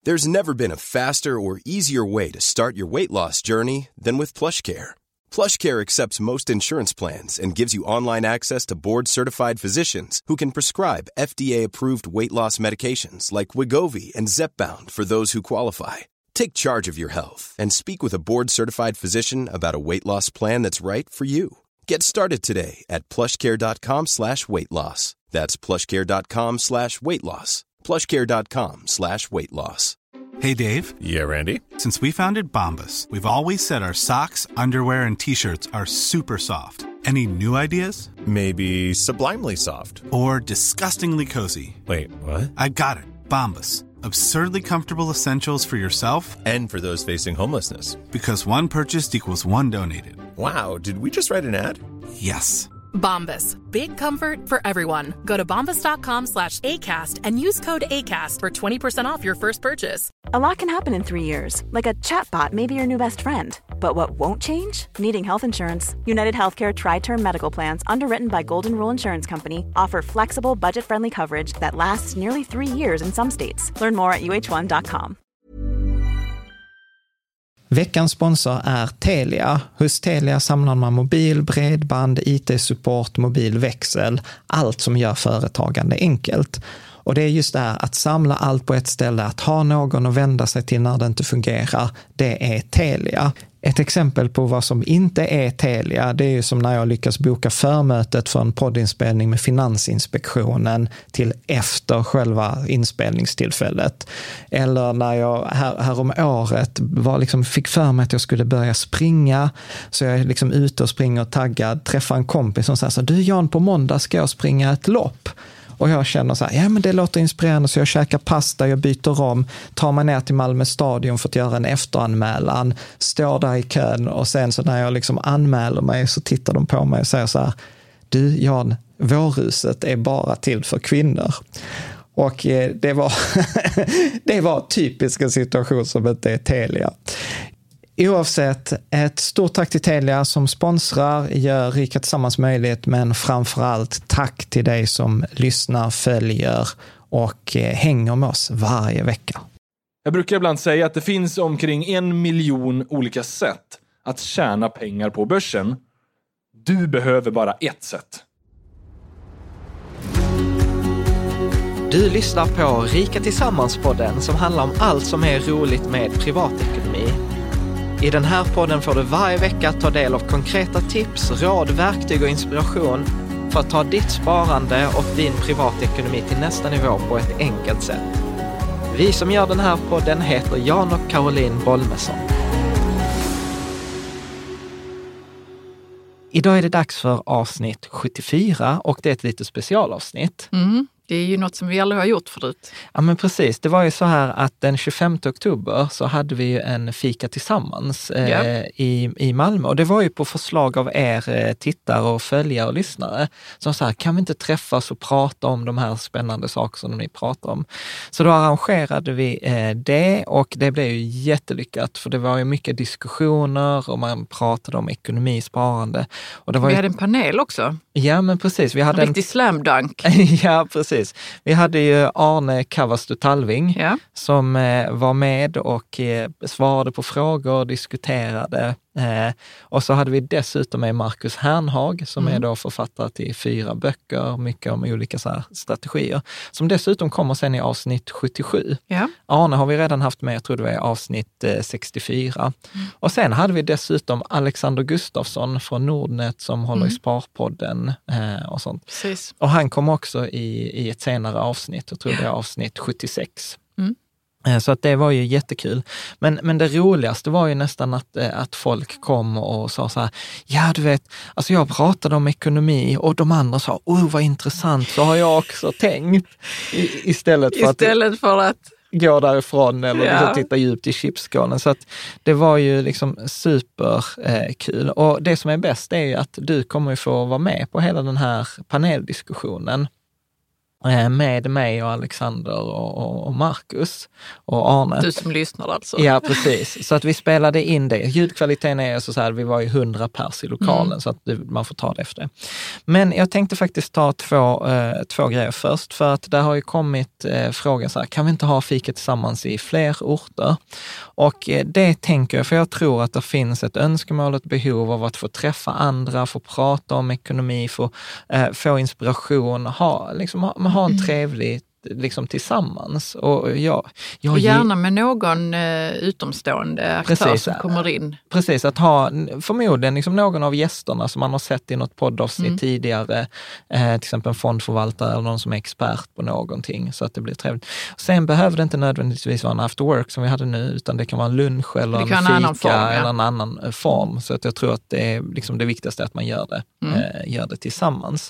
There's never been a faster or easier way to start your weight loss journey than with PlushCare. PlushCare accepts most insurance plans and gives you online access to board-certified physicians who can prescribe FDA-approved weight loss medications like Wegovy and Zepbound for those who qualify. Take charge of your health and speak with a board-certified physician about a weight loss plan that's right for you. Get started today at plushcare.com/weightloss. That's plushcare.com/weightloss. plushcare.com/weightloss. Hey, Dave. Yeah, Randy. Since we founded Bombas, we've always said our socks, underwear, and T-shirts are super soft. Any new ideas? Maybe sublimely soft. Or disgustingly cozy. Wait, what? I got it. Bombas. Absurdly comfortable essentials for yourself and for those facing homelessness. Because one purchased equals one donated. Wow, did we just write an ad? Yes. Bombas. Big comfort for everyone. Go to bombas.com/ACAST and use code ACAST for 20% off your first purchase. A lot can happen in 3 years, like a chatbot may be your new best friend. But what won't change? Needing health insurance. United Healthcare Tri-Term Medical Plans, underwritten by Golden Rule Insurance Company, offer flexible, budget-friendly coverage that lasts nearly 3 years in some states. Learn more at uh1.com. Veckans sponsor är Telia. Hos Telia samlar man mobil, bredband, IT-support, mobilväxel, allt som gör företagande enkelt. Och det är just det här att samla allt på ett ställe, att ha någon att vända sig till när det inte fungerar, det är Telia. Ett exempel på vad som inte är Telia, det är ju som när jag lyckas boka förmötet för en poddinspelning med Finansinspektionen till efter själva inspelningstillfället. Eller när jag här om året fick för mig att jag skulle börja springa, så jag är ute och springer och taggad, träffar en kompis som säger så: du Jan, på måndag ska jag springa ett lopp. Och jag känner så här, ja men det låter inspirerande, så jag käkar pasta, jag byter om, tar mig ner till Malmö stadion för att göra en efteranmälan, står där i kön, och sen så när jag anmäler mig så tittar de på mig och säger så här: du Jan, vårhuset är bara till för kvinnor. Och det var typisk en situation som inte är Telia. Oavsett, ett stort tack till Telia som sponsrar, gör Rika Tillsammans möjligt, men framförallt tack till dig som lyssnar, följer och hänger med oss varje vecka. Jag brukar ibland säga att det finns omkring 1 miljon olika sätt att tjäna pengar på börsen. Du behöver bara ett sätt. Du lyssnar på Rika Tillsammans-podden som handlar om allt som är roligt med privatekonomi. I den här podden får du varje vecka ta del av konkreta tips, råd, verktyg och inspiration för att ta ditt sparande och din privatekonomi till nästa nivå på ett enkelt sätt. Vi som gör den här podden heter Jan och Caroline Bolmesson. Idag är det dags för avsnitt 74 och det är ett lite specialavsnitt. Det är ju något som vi aldrig har gjort förut. Ja men precis, det var ju så här att den 25 oktober så hade vi ju en fika tillsammans i Malmö. Och det var ju på förslag av er tittare och följare och lyssnare. Som så här, kan vi inte träffas och prata om de här spännande saker som ni pratar om? Så då arrangerade vi det och det blev ju jättelyckat. För det var ju mycket diskussioner och man pratade om ekonomi, sparande. Och det var vi hade en panel också. Ja men precis. Vi hade en riktig slam dunk. Ja precis. Vi hade ju Arne Kavastu Talving som var med och svarade på frågor och diskuterade. Och så hade vi dessutom med Marcus Hernhag som är då författare till 4 böcker, mycket om olika så här strategier. Som dessutom kommer sen i avsnitt 77. Ja. Arne har vi redan haft med, jag tror det var i avsnitt 64. Och sen hade vi dessutom Alexander Gustafsson från Nordnet som håller i Sparpodden och sånt. Precis. Och han kom också i ett senare avsnitt, jag tror det är avsnitt 76. Så att det var ju jättekul. Men det roligaste var ju nästan att folk kom och sa så här: ja du vet, alltså jag pratade om ekonomi och de andra sa, vad intressant, så har jag också tänkt. Istället för att gå därifrån eller titta djupt i chipsskålen. Så att det var ju superkul. Och det som är bäst är ju att du kommer ju få vara med på hela den här paneldiskussionen. med mig och Alexander och Marcus och Arne. Du som lyssnar alltså. Ja, precis. Så att vi spelade in det. Ljudkvaliteten är så här, vi var ju 100 pers i lokalen så att man får ta det efter. Men jag tänkte faktiskt ta två grejer först, för att där har ju kommit frågan så här, kan vi inte ha fika tillsammans i fler orter? Och det tänker jag, för jag tror att det finns ett önskemål, ett behov av att få träffa andra, få prata om ekonomi, få inspiration, ha en trevlig liksom tillsammans. Och gärna med någon utomstående aktör som kommer in. Precis, att ha förmodligen liksom någon av gästerna som man har sett i något poddavsnitt tidigare, till exempel en fondförvaltare eller någon som är expert på någonting, så att det blir trevligt. Sen behöver det inte nödvändigtvis vara en after work som vi hade nu, utan det kan vara en lunch eller en fika eller en annan form. Så att jag tror att det är liksom det viktigaste att man gör det tillsammans.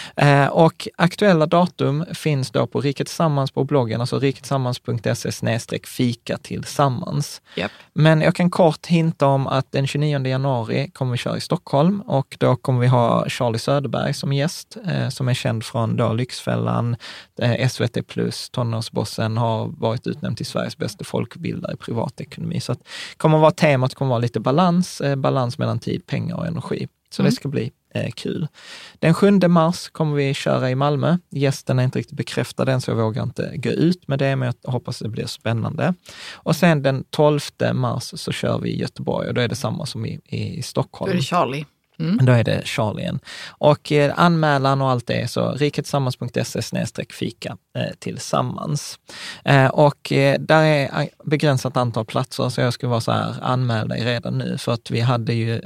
Och aktuella datum finns då på Riket Tillsammans på bloggen, alltså riketillsammans.se/fika tillsammans. Yep. Men jag kan kort hinta om att den 29 januari kommer vi köra i Stockholm, och då kommer vi ha Charlie Söderberg som gäst, som är känd från då Lyxfällan, SVT+, Tonårsbossen, har varit utnämnd till Sveriges bästa folkbildare i privatekonomi. Så att temat kommer vara lite balans mellan tid, pengar och energi. Så det ska bli kul. Den 7 mars kommer vi köra i Malmö. Gästen är inte riktigt bekräftad än, så jag vågar inte gå ut med det, men jag hoppas det blir spännande. Och sen den 12 mars så kör vi i Göteborg, och då är det samma som i Stockholm. Då är det Charlie. Då är det Charlien. Och anmälan och allt det är så riketillsammans.se/fika tillsammans. Och där är begränsat antal platser, så jag skulle vara så här, anmäl dig redan nu, för att vi hade ju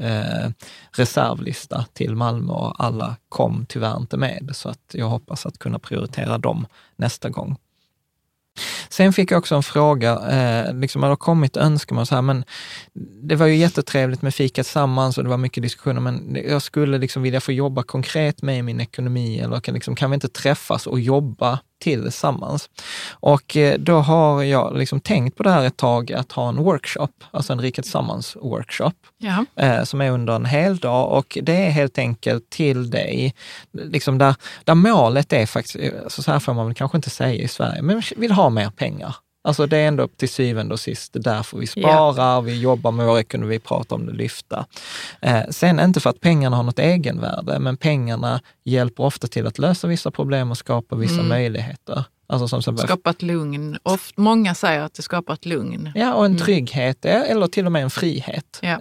reservlista till Malmö och alla kom tyvärr inte med, så att jag hoppas att kunna prioritera dem nästa gång. Sen fick jag också en fråga, liksom har det kommit önskemål så här, men det var ju jättetrevligt med fika tillsammans och det var mycket diskussioner, men jag skulle liksom vilja få jobba konkret med min ekonomi, eller kan vi inte träffas och jobba tillsammans? Och då har jag liksom tänkt på det här ett tag, att ha en workshop, alltså en Riket Tillsammans workshop, som är under en hel dag, och det är helt enkelt till dig, liksom där målet är faktiskt, så här får man väl kanske inte säga i Sverige, men vill ha mer pengar. Alltså det är ändå upp till syvende och sist, därför vi sparar, vi jobbar med vår ekonomi, vi pratar om det lyfta. Sen inte för att pengarna har något egenvärde, men pengarna hjälper ofta till att lösa vissa problem och skapa vissa möjligheter. Alltså skapa ett lugn. Många säger att det skapar ett lugn. Ja, och en trygghet, eller till och med en frihet. Ja.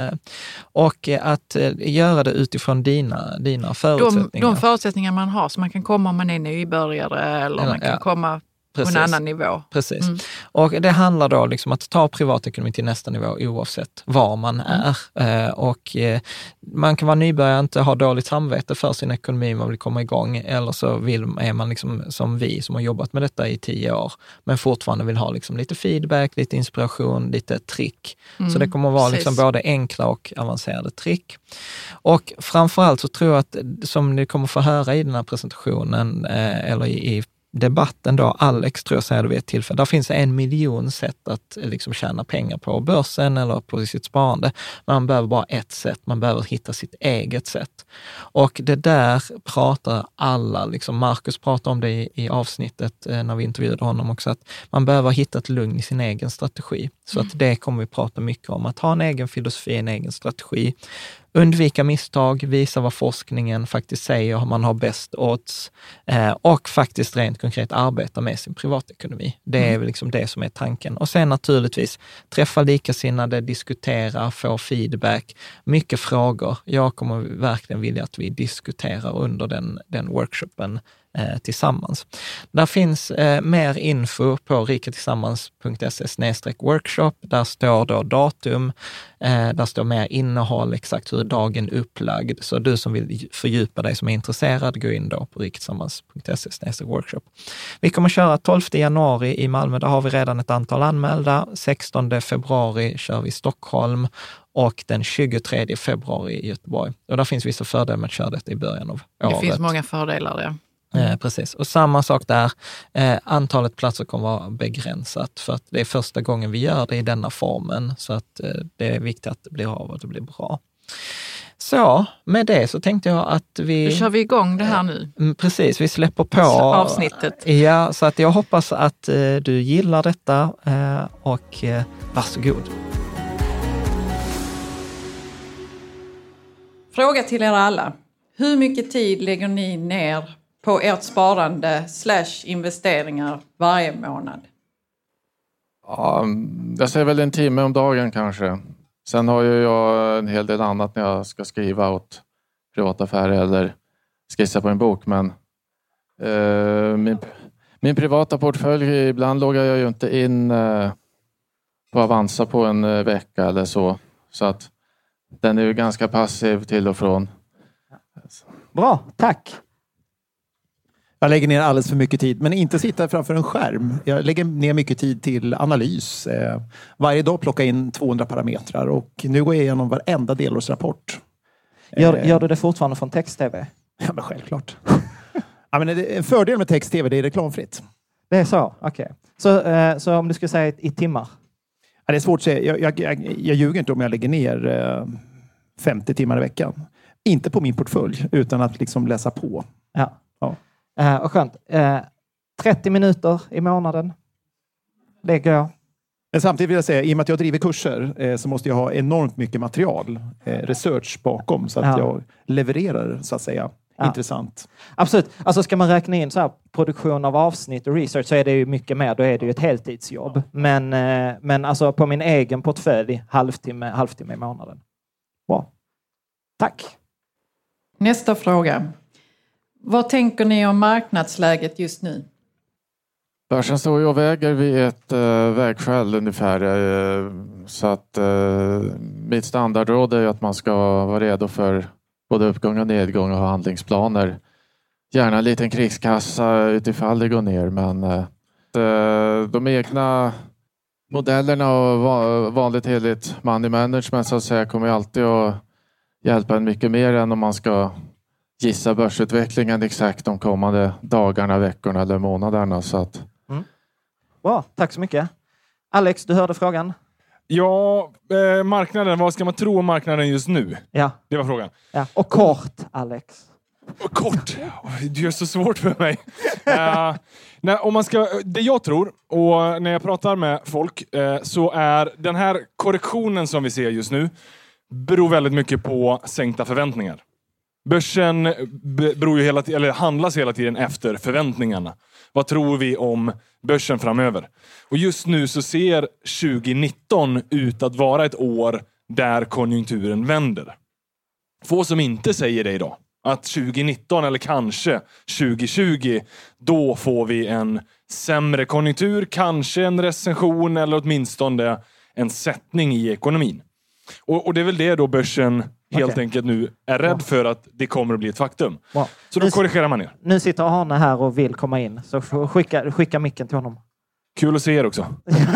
Och att göra det utifrån dina förutsättningar. De förutsättningar man har, så man kan komma om man är nybörjare, eller man kan komma på en annan nivå. Precis. Och det handlar då liksom att ta privatekonomi till nästa nivå oavsett var man är. Och man kan vara nybörjare, inte ha dåligt samvete för sin ekonomi, man vill komma igång, eller så är man liksom som vi som har jobbat med detta i 10 år, men fortfarande vill ha liksom lite feedback, lite inspiration, lite trick. Så det kommer att vara liksom både enkla och avancerade trick. Och framförallt så tror jag att, som ni kommer få höra i den här presentationen, eller i debatten då, Alex tror jag säger det vid ett tillfälle, där finns 1 miljon sätt att liksom tjäna pengar på börsen eller på sitt sparande. Man behöver bara ett sätt, man behöver hitta sitt eget sätt. Och det där pratar alla, liksom Marcus pratar om det i avsnittet när vi intervjuade honom också, att man behöver hitta ett lugn i sin egen strategi. Så att det kommer vi prata mycket om, att ha en egen filosofi, en egen strategi. Undvika misstag, visa vad forskningen faktiskt säger, man har bäst odds, och faktiskt rent konkret arbeta med sin privatekonomi. Det är väl liksom det som är tanken. Och sen naturligtvis träffa likasinnade, diskutera, få feedback, mycket frågor. Jag kommer verkligen vilja att vi diskuterar under den workshopen tillsammans. Där finns mer info på riketillsammans.se/workshop. Där står då datum, där står mer innehåll, exakt hur dagen är upplagd. Så du som vill fördjupa dig, som är intresserad, gå in då på riketillsammans.se/workshop. Vi kommer köra 12 januari i Malmö, där har vi redan ett antal anmälda. 16 februari kör vi i Stockholm och den 23 februari i Göteborg. Och där finns vissa fördelar med att köra detta i början av året. Det finns många fördelar där. Precis. Och samma sak där, antalet platser kommer vara begränsat, för att det är första gången vi gör det i denna formen, så att det är viktigt att det blir av och det blir bra. Så, med det så tänkte jag att Då kör vi igång det här nu. Precis, vi släpper på avsnittet. Ja, så att jag hoppas att du gillar detta och varsågod. Fråga till er alla. Hur mycket tid lägger ni ner på ert sparande / investeringar varje månad? Ja, jag säger väl 1 timme om dagen kanske. Sen har ju jag en hel del annat när jag ska skriva åt privataffärer eller skissa på en bok. Men min privata portfölj, ibland loggar jag ju inte in på Avanza på en vecka eller så. Så att den är ju ganska passiv till och från. Bra, tack. Jag lägger ner alldeles för mycket tid, men inte sitta framför en skärm. Jag lägger ner mycket tid till analys. Varje dag plocka in 200 parametrar och nu går jag igenom varenda delårsrapport. Gör du det fortfarande från text-tv? Ja, men självklart. Ja, men en fördel med text-tv, det är reklamfritt. Det är så, okej. Så om du skulle säga i timmar? Ja, det är svårt att säga. Jag ljuger inte om jag lägger ner 50 timmar i veckan. Inte på min portfölj, utan att liksom läsa på. Ja. Och skönt. 30 minuter i månaden lägger jag. Men samtidigt vill jag säga, i och med att jag driver kurser så måste jag ha enormt mycket material, research bakom så att jag levererar så att säga intressant. Absolut. Alltså ska man räkna in så här produktion av avsnitt och research så är det ju mycket mer. Då är det ju ett heltidsjobb. Men alltså på min egen portfölj halvtimme i månaden. Bra. Tack. Nästa fråga. Vad tänker ni om marknadsläget just nu? Börsen står ju och väger vid ett vägskäl ungefär. Så att mitt standardråd är att man ska vara redo för både uppgång och nedgång och ha handlingsplaner. Gärna en liten krigskassa utifall det går ner. Men de egna modellerna och vanligt heligt money management så att säga kommer alltid att hjälpa en mycket mer än om man ska gissa börsutvecklingen exakt de kommande dagarna, veckorna eller månaderna. Så att... Bra, tack så mycket. Alex, du hörde frågan. Ja, marknaden. Vad ska man tro om marknaden just nu? Ja. Det var frågan. Ja. Och kort, Alex. Och kort? Det gör så svårt för mig. Det jag tror, och när jag pratar med folk, så är den här korrektionen som vi ser just nu beror väldigt mycket på sänkta förväntningar. Börsen handlas hela tiden efter förväntningarna. Vad tror vi om börsen framöver? Och just nu så ser 2019 ut att vara ett år där konjunkturen vänder. Få som inte säger det idag. Att 2019 eller kanske 2020, då får vi en sämre konjunktur, kanske en recession eller åtminstone en sättning i ekonomin. Och det är väl det då börsen helt enkelt nu är rädd för att det kommer att bli ett faktum. Wow. Så då korrigerar man ner. Nu sitter Arne här och vill komma in. Så skicka micken till honom. Kul att se er också.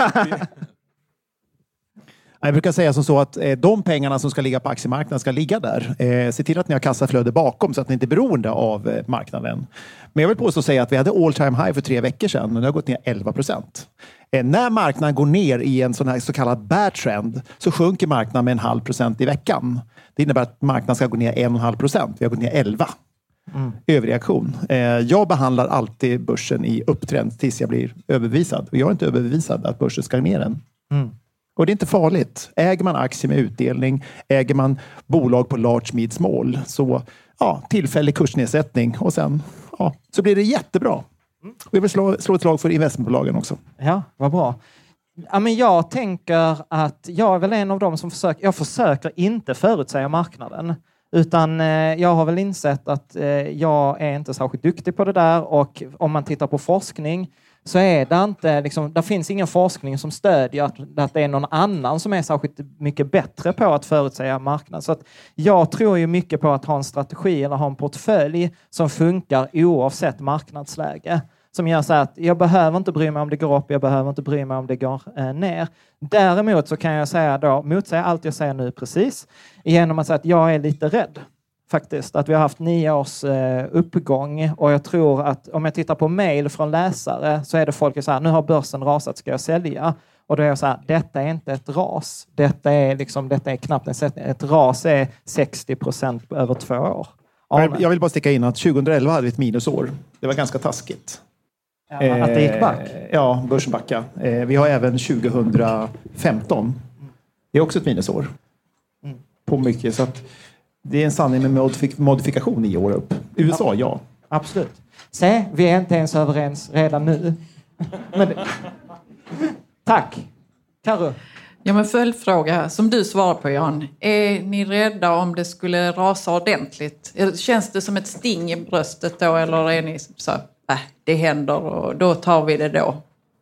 Jag brukar säga som så att de pengarna som ska ligga på aktiemarknaden ska ligga där. Se till att ni har kassaflöde bakom så att ni inte är beroende av marknaden. Men jag vill påstå säga att vi hade all time high för 3 veckor sedan och nu har gått ner 11%. När marknaden går ner i en sån här så kallad bear trend så sjunker marknaden med 0,5% i veckan. Det innebär att marknaden ska gå ner 1,5%. Vi har gått ner 11%. Överreaktion. Jag behandlar alltid börsen i upptrend tills jag blir överbevisad. Och jag är inte överbevisad att börsen ska ner än. Och det är inte farligt. Äger man aktier med utdelning, äger man bolag på large, mid, small, så tillfällig kursnedsättning och sen så blir det jättebra. Vi vill slå ett slag för investmentbolagen också. Ja, vad bra. Ja, men jag tänker att jag är väl en av dem som försöker inte förutsäga marknaden. Utan jag har väl insett att jag är inte särskilt duktig på det där. Och om man tittar på forskning så är det inte, det finns ingen forskning som stödjer att det är någon annan som är särskilt mycket bättre på att förutsäga marknaden. Så att jag tror ju mycket på att ha en strategi eller ha en portfölj som funkar oavsett marknadsläge. Som gör så att jag behöver inte bry mig om det går upp, jag behöver inte bry mig om det går ner. Däremot så kan jag säga då, motsäga allt jag säger nu precis, genom att säga att jag är lite rädd. Faktiskt, att vi har haft 9 års uppgång och jag tror att om jag tittar på mejl från läsare så är det folk som säger nu har börsen rasat, ska jag sälja? Och då är jag så här, detta är inte ett ras. Detta är knappt en sättning. Ett ras är 60% över 2 år. Jag vill bara sticka in att 2011 hade vi ett minusår. Det var ganska taskigt. Att det gick back? Ja, börsen backa. Vi har även 2015. Det är också ett minusår. På mycket. Så att det är en sanning med modifikation 9 år upp. USA, ja. Absolut. Se, vi är inte ens överens redan nu. Tack. Karo? Ja, men följdfråga som du svarar på, Jan. Är ni rädda om det skulle rasa ordentligt? Känns det som ett sting i bröstet då? Eller är ni så det händer och då tar vi det då?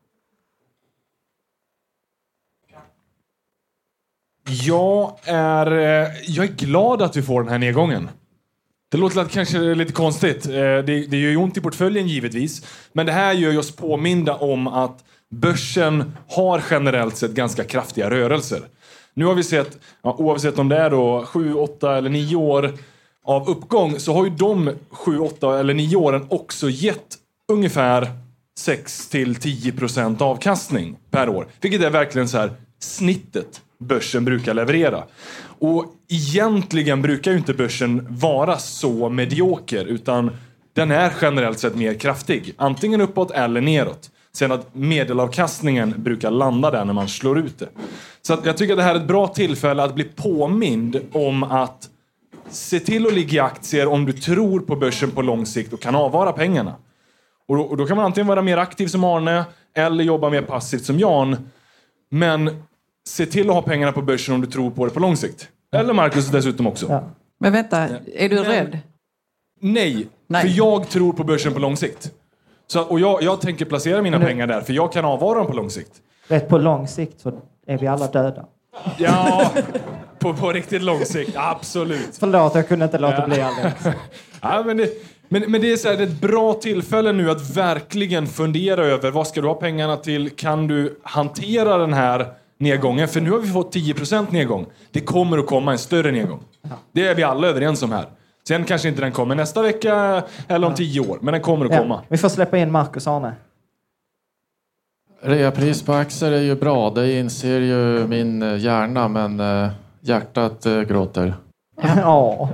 Jag är glad att vi får den här nedgången. Det låter kanske lite konstigt. Det gör ju ont i portföljen givetvis. Men det här gör oss påminda om att börsen har generellt sett ganska kraftiga rörelser. Nu har vi sett, oavsett om det är då 7, 8 eller 9 år av uppgång, så har ju de 7, 8 eller 9 åren också gett ungefär 6-10% avkastning per år. Vilket är verkligen så här snittet börsen brukar leverera. Och egentligen brukar ju inte börsen vara så medioker, utan den är generellt sett mer kraftig. Antingen uppåt eller neråt. Sen att medelavkastningen brukar landa där när man slår ut det. Så att jag tycker att det här är ett bra tillfälle att bli påmind om att se till att ligga i aktier om du tror på börsen på lång sikt och kan avvara pengarna. Och då kan man antingen vara mer aktiv som Arne eller jobba mer passivt som Jan. Men se till att ha pengarna på börsen om du tror på det på lång sikt. Eller Marcus dessutom också. Ja. Men vänta, är du rädd? Nej, för jag tror på börsen på lång sikt. Och jag tänker placera mina pengar där, för jag kan avvara dem på lång sikt. Rätt på lång sikt så är vi alla döda. Ja, på riktigt lång sikt, absolut. Förlåt, jag kunde inte låta bli Alex. Ja, men det är så här, det är ett bra tillfälle nu att verkligen fundera över vad ska du ha pengarna till? Kan du hantera den här nedgången? För nu har vi fått 10% nedgång. Det kommer att komma en större nedgång. Det är vi alla överens om här. Sen kanske inte den kommer nästa vecka eller om 10 år. Men den kommer att komma. Vi får släppa in Marcus Arne. Reapris på aktier är ju bra. Det inser ju min hjärna. Men hjärtat gråter. Ja.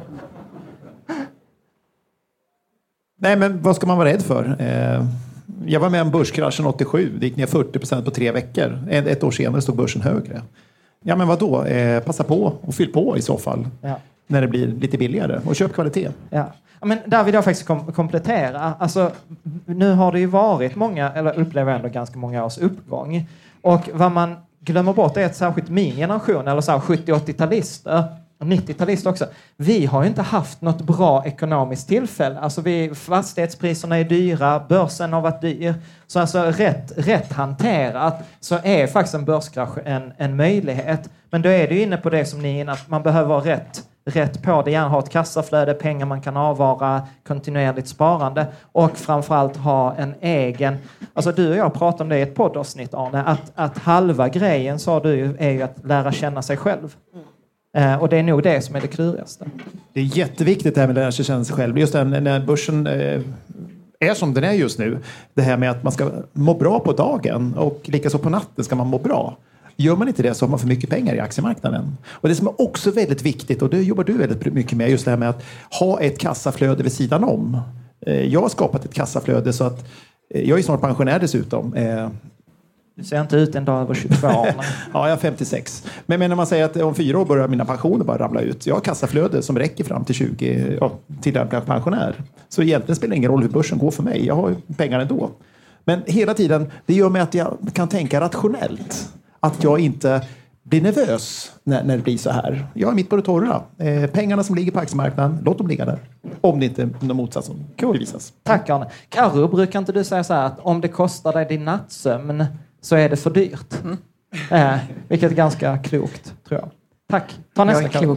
Nej, men vad ska man vara rädd för? Jag var med om börskraschen 87. Det gick ner 40% på 3 veckor. Ett år senare stod börsen högre. Ja, men vad då? Passa på och fyll på i så fall. Ja. När det blir lite billigare. Och köp kvalitet. Ja. Men där vill jag faktiskt komplettera. Alltså, nu har det ju varit många, eller upplever ändå ganska många års uppgång. Och vad man glömmer bort är att särskilt min generation, eller så här 70-80-talister, 90-talister också. Vi har ju inte haft något bra ekonomiskt tillfälle. Alltså fastighetspriserna är dyra, börsen har varit dyr. Så alltså rätt hanterat så är faktiskt en börskrasch en möjlighet. Men då är du inne på det som ni är inne, att man behöver vara rätt på det. Gärna ha ett kassaflöde, pengar man kan avvara, kontinuerligt sparande och framförallt ha en egen... Alltså du och jag pratade om det i ett poddavsnitt, Arne, att halva grejen, sa du, är ju att lära känna sig själv. Och det är nog det som är det klurigaste. Det är jätteviktigt det här med att lära sig känna sig själv. Just när börsen är som den är just nu. Det här med att man ska må bra på dagen och likaså på natten ska man må bra. Gör man inte det så har man för mycket pengar i aktiemarknaden. Och det som är också väldigt viktigt, och det jobbar du väldigt mycket med, just det här med att ha ett kassaflöde vid sidan om. Jag har skapat ett kassaflöde så att jag är snart pensionär dessutom. Du ser inte ut en dag över 22 år. Ja, jag är 56. Men när man säger att om 4 år börjar mina pensioner bara ramla ut. Jag har kassaflöde som räcker fram till 20, till jag blir pensionär. Så egentligen spelar det ingen roll hur börsen går för mig. Jag har pengar ändå. Men hela tiden, det gör mig att jag kan tänka rationellt. Att jag inte blir nervös när det blir så här. Jag är mitt på det torra. Pengarna som ligger på aktiemarknaden, låt dem ligga där. Om det inte är någon motsats som bevisas. Tack Arne. Karo, brukar inte du säga så här att om det kostar dig din nattsömn så är det för dyrt? Vilket är ganska klokt, tror jag. Tack. Ta nästa, Karo.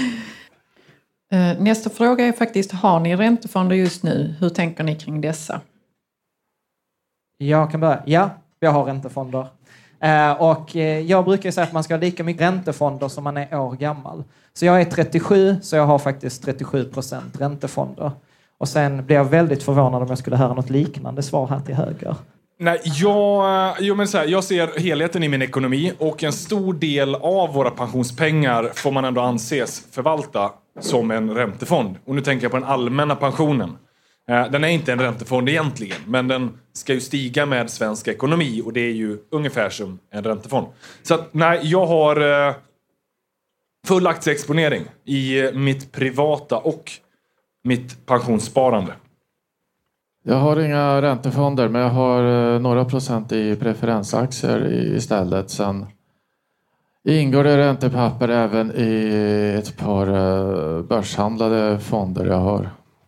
Nästa fråga är faktiskt, har ni räntefonder just nu? Hur tänker ni kring dessa? Jag kan börja. Ja, jag har räntefonder. Och jag brukar säga att man ska ha lika mycket räntefonder som man är år gammal. Så jag är 37, så jag har faktiskt 37% räntefonder. Och sen blir jag väldigt förvånad om jag skulle höra något liknande svar här till höger. Nej, jag ser helheten i min ekonomi och en stor del av våra pensionspengar får man ändå anses förvalta som en räntefond. Och nu tänker jag på den allmänna pensionen. Den är inte en räntefond egentligen, men den ska ju stiga med svensk ekonomi och det är ju ungefär som en räntefond. Så att, nej, jag har full aktieexponering i mitt privata och mitt pensionssparande. Jag har inga räntefonder, men jag har några procent i preferensaktier istället. Sen ingår det räntepapper även i ett par börshandlade fonder jag har.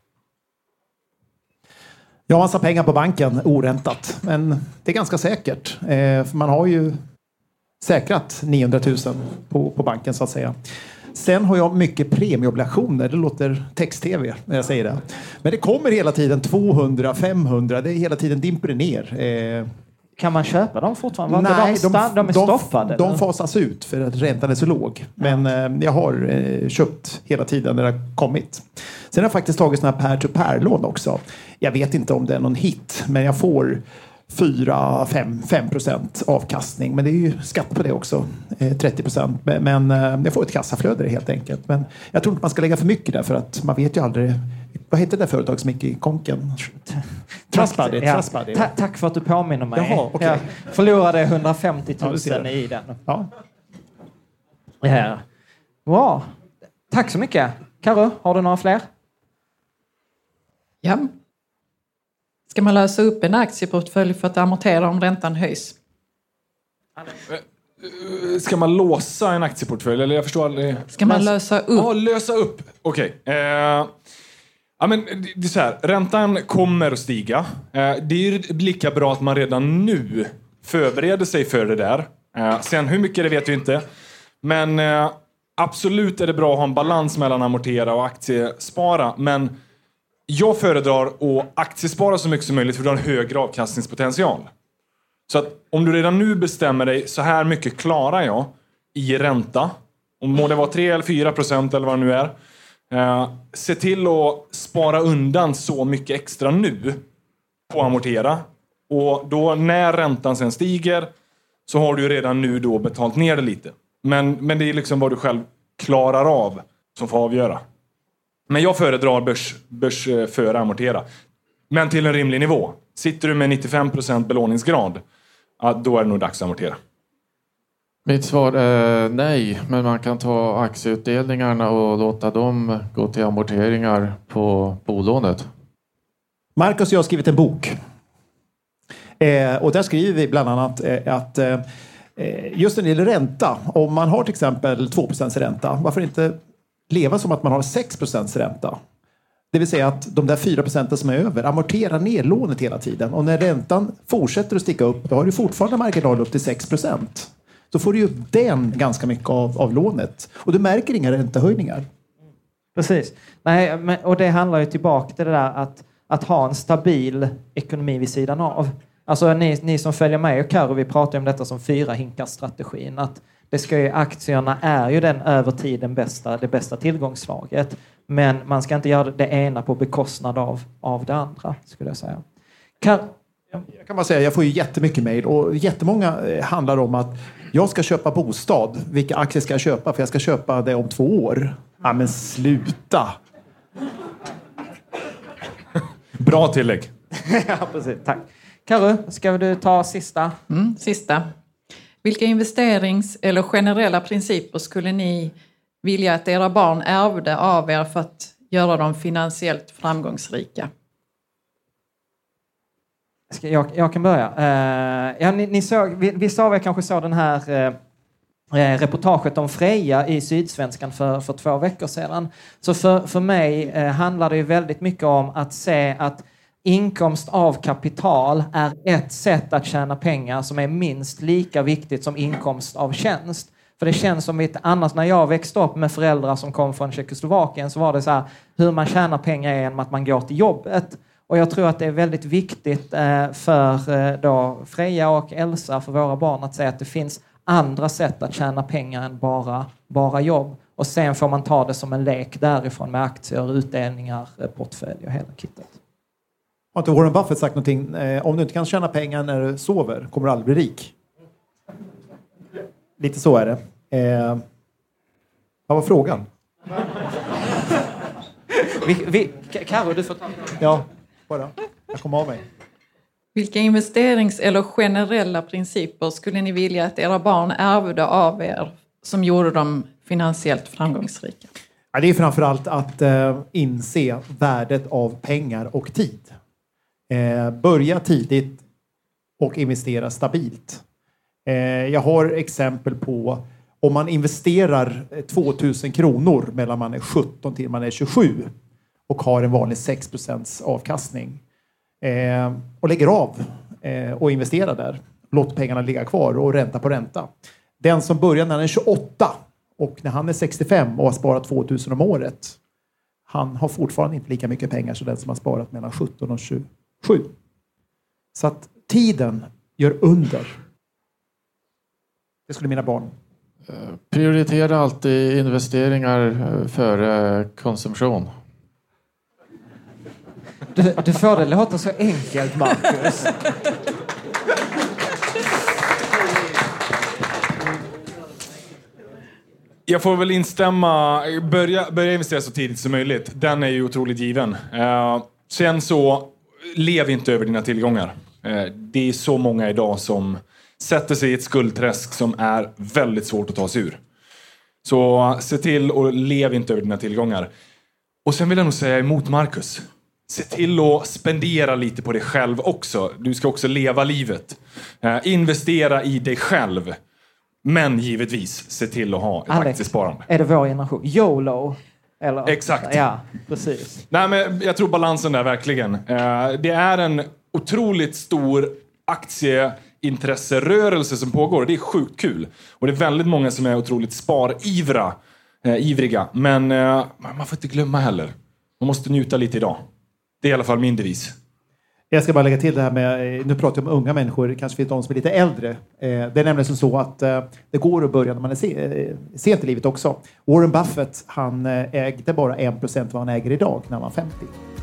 Jag har massa pengar på banken, oräntat. Men det är ganska säkert. För man har ju säkrat 900 000 på banken så att säga. Sen har jag mycket premieobligationer. Det låter text-tv när jag säger det. Men det kommer hela tiden 200, 500. Det är hela tiden dimper ner. Kan man köpa dem fortfarande? Nej, de är stoppade. De fasas ut för att räntan är så låg. Men jag har köpt hela tiden när det har kommit. Sen har jag faktiskt tagit såna här pair-to-pair-lån också. Jag vet inte om det är någon hit, men jag får 4-5% avkastning. Men det är ju skatt på det också. 30%. Men jag får ett kassaflöde helt enkelt. Men jag tror inte man ska lägga för mycket där för att man vet ju aldrig. Vad heter det företag som gick i konken? Trustbuddy. Tack för att du påminner mig. Jaha, okay. Jag förlorade 150 000 i den. Ja. Ja. Wow. Tack så mycket. Karo, har du några fler? Ja. Ska man lösa upp en aktieportfölj för att amortera om räntan höjs? Ska man låsa en aktieportfölj? Eller jag förstår aldrig. Ska man lösa upp? Ja, lösa upp. Okej. Ja, men det är så här. Räntan kommer att stiga. Det är ju lika bra att man redan nu förbereder sig för det där. Sen hur mycket det vet vi inte. Men absolut är det bra att ha en balans mellan amortera och aktiespara. Men jag föredrar att aktiespara så mycket som möjligt för att du har en högre avkastningspotential. Så att om du redan nu bestämmer dig, så här mycket klarar jag i ränta. Om må det vara 3 eller 4% eller vad det nu är. Se till att spara undan så mycket extra nu på att amortera. Och då när räntan sen stiger så har du redan nu då betalt ner det lite. Men det är liksom vad du själv klarar av som får avgöra. Men jag föredrar börs före amortera. Men till en rimlig nivå. Sitter du med 95% belåningsgrad, då är det nog dags att amortera. Mitt svar är nej, men man kan ta aktieutdelningarna och låta dem gå till amorteringar på bolånet. Marcus och jag har skrivit en bok. Och där skriver vi bland annat att just när det gäller ränta, om man har till exempel 2% ränta, varför inte leva som att man har 6% ränta? Det vill säga att de där 4% som är över amorterar ner lånet hela tiden. Och när räntan fortsätter att sticka upp, då har du fortfarande marginal upp till 6%. Så får du ju upp den ganska mycket av lånet. Och du märker inga räntehöjningar. Precis. Nej, och det handlar ju tillbaka till det där att ha en stabil ekonomi vid sidan av. Alltså ni som följer mig och Karo, vi pratar om detta som 4-hinkar-strategin. Att det ska ju, aktierna är ju den över tiden det bästa tillgångsslaget. Men man ska inte göra det ena på bekostnad av det andra, skulle jag säga. Jag kan bara säga, jag får ju jättemycket mejl och jättemånga handlar om att jag ska köpa bostad. Vilka aktier ska jag köpa? För jag ska köpa det om 2 år. Ja, men sluta! Bra tillägg. Ja, precis. Tack. Karo, ska du ta sista? Sista. Vilka investerings- eller generella principer skulle ni vilja att era barn ärvde av er för att göra dem finansiellt framgångsrika? Jag kan börja. Ni såg, vissa av er kanske såg den här reportaget om Freja i Sydsvenskan för 2 veckor sedan. Så för mig handlar det ju väldigt mycket om att se att inkomst av kapital är ett sätt att tjäna pengar som är minst lika viktigt som inkomst av tjänst. För det känns som annars när jag växte upp med föräldrar som kom från Tjeckoslovakien så var det så här, hur man tjänar pengar är genom att man går till jobbet. Och jag tror att det är väldigt viktigt för då Freja och Elsa, för våra barn, att säga att det finns andra sätt att tjäna pengar än bara jobb. Och sen får man ta det som en lek därifrån med aktier, utdelningar, portfölj och hela kittet. Har inte Warren Buffett sagt någonting? Om du inte kan tjäna pengar när du sover kommer du aldrig bli rik. Lite så är det. Vad var frågan? Karo, du får ta. Ja, bara. Jag kommer av mig. Vilka investerings- eller generella principer skulle ni vilja att era barn ärvde av er som gjorde dem finansiellt framgångsrika? Ja, det är framförallt att inse värdet av pengar och tid. Börja tidigt och investera stabilt. Jag har exempel på om man investerar 2000 kronor mellan man är 17 till man är 27 och har en vanlig 6% avkastning och lägger av och investerar där. Låt pengarna ligga kvar och ränta på ränta. Den som börjar när han är 28 och när han är 65 och har sparat 2000 om året, han har fortfarande inte lika mycket pengar som den som har sparat mellan 17 och 27. Så att tiden gör under. Det skulle mina barn. Prioritera alltid investeringar före konsumtion. Du får det låta så enkelt, Marcus. Jag får väl instämma. Börja investera så tidigt som möjligt. Den är ju otroligt given. Sen så, lev inte över dina tillgångar. Det är så många idag som sätter sig i ett skuldträsk som är väldigt svårt att ta sig ur. Så se till och lev inte över dina tillgångar. Och sen vill jag nog säga emot Marcus. Se till att spendera lite på dig själv också. Du ska också leva livet. Investera i dig själv. Men givetvis se till att ha ett aktiesparande. Är det vår generation? YOLO? Eller? Exakt. Ja, precis. Nej, men jag tror balansen där verkligen. Det är en otroligt stor aktieintresserörelse som pågår. Det är sjukt kul. Och det är väldigt många som är otroligt ivriga. Men man får inte glömma heller. Man måste njuta lite idag. Det är i alla fall min devis. Jag ska bara lägga till det här med, nu pratar jag om unga människor, kanske finns de som är lite äldre. Det är nämligen så att det går att börja när man är sent i livet också. Warren Buffett, han ägde bara 1% vad han äger idag när han var 50.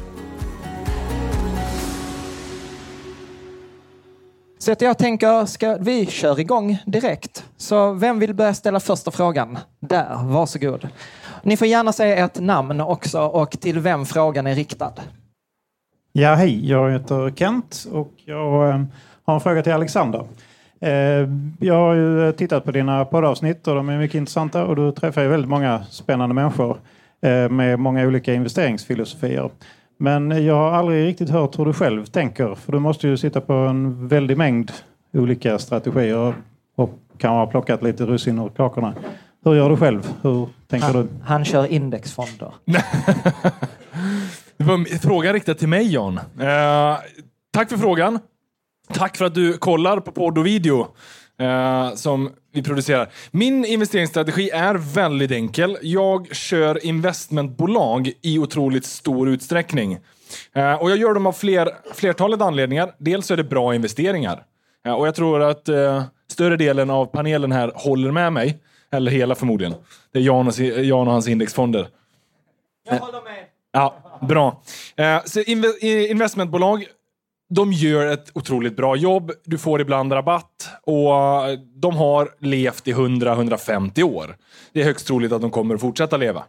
Så att jag tänker, vi kör igång direkt. Så vem vill börja ställa första frågan? Där, varsågod. Ni får gärna säga ett namn också och till vem frågan är riktad. Ja, hej. Jag heter Kent och jag har en fråga till Alexander. Jag har ju tittat på dina poddavsnitt och de är mycket intressanta och du träffar ju väldigt många spännande människor med många olika investeringsfilosofier. Men jag har aldrig riktigt hört hur du själv tänker, för du måste ju sitta på en väldig mängd olika strategier och kan ha plockat lite russin ur kakorna. Hur gör du själv? Hur tänker du? Han kör indexfonder. Det var en fråga riktad till mig, Jan. Tack för frågan. Tack för att du kollar på podd och video som vi producerar. Min investeringsstrategi är väldigt enkel. Jag kör investmentbolag i otroligt stor utsträckning. Och jag gör dem av flertalet anledningar. Dels är det bra investeringar. Och jag tror att större delen av panelen här håller med mig. Eller hela förmodligen. Det är Jan och hans indexfonder. Jag håller med. Ja, bra. Så investmentbolag, de gör ett otroligt bra jobb. Du får ibland rabatt. Och de har levt i 100-150 år. Det är högst troligt att de kommer att fortsätta leva.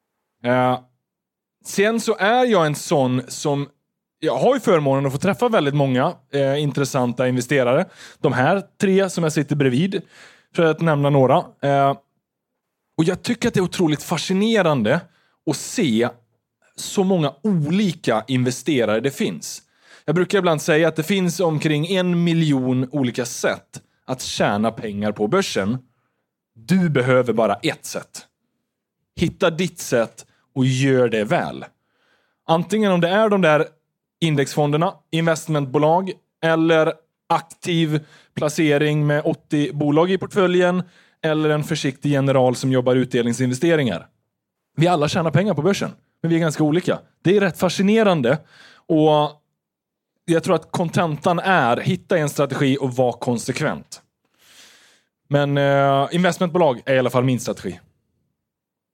Sen så är jag en sån som... Jag har ju förmånen att få träffa väldigt många intressanta investerare. De här 3 som jag sitter bredvid, för att nämna några. Och jag tycker att det är otroligt fascinerande att se så många olika investerare det finns. Jag brukar ibland säga att det finns omkring 1 miljon olika sätt att tjäna pengar på börsen. Du behöver bara ett sätt. Hitta ditt sätt och gör det väl. Antingen om det är de där indexfonderna, investmentbolag eller aktiv placering med 80 bolag i portföljen eller en försiktig general som jobbar utdelningsinvesteringar. Vi alla tjänar pengar på börsen, men vi är ganska olika. Det är rätt fascinerande och jag tror att kontentan är hitta en strategi och vara konsekvent. Men investmentbolag är i alla fall min strategi.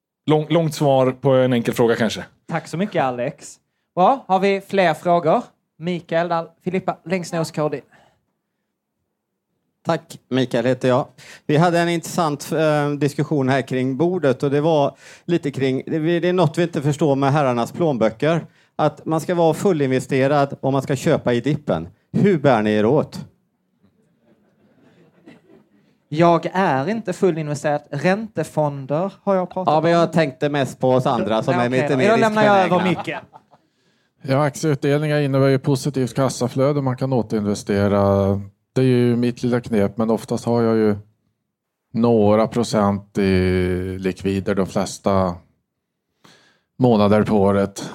Långt svar på en enkel fråga kanske. Tack så mycket, Alex. Bra, har vi fler frågor? Mikael Dahl, Filippa, längst ner hos KD. Tack, Mikael heter jag. Vi hade en intressant diskussion här kring bordet och det var lite kring, det är något vi inte förstår med herrarnas plånböcker. Att man ska vara fullinvesterad och man ska köpa i dippen. Hur bär ni er åt? Jag är inte fullinvesterad. Räntefonder har jag pratat om. Ja, men jag tänkte mest på oss andra som är lite mer riskbenägna. Då lämnar jag över mycket. Ja, aktieutdelningar innebär ju positivt kassaflöde. Man kan återinvestera. Det är ju mitt lilla knep, men oftast har jag ju några procent i likvider de flesta månader på året.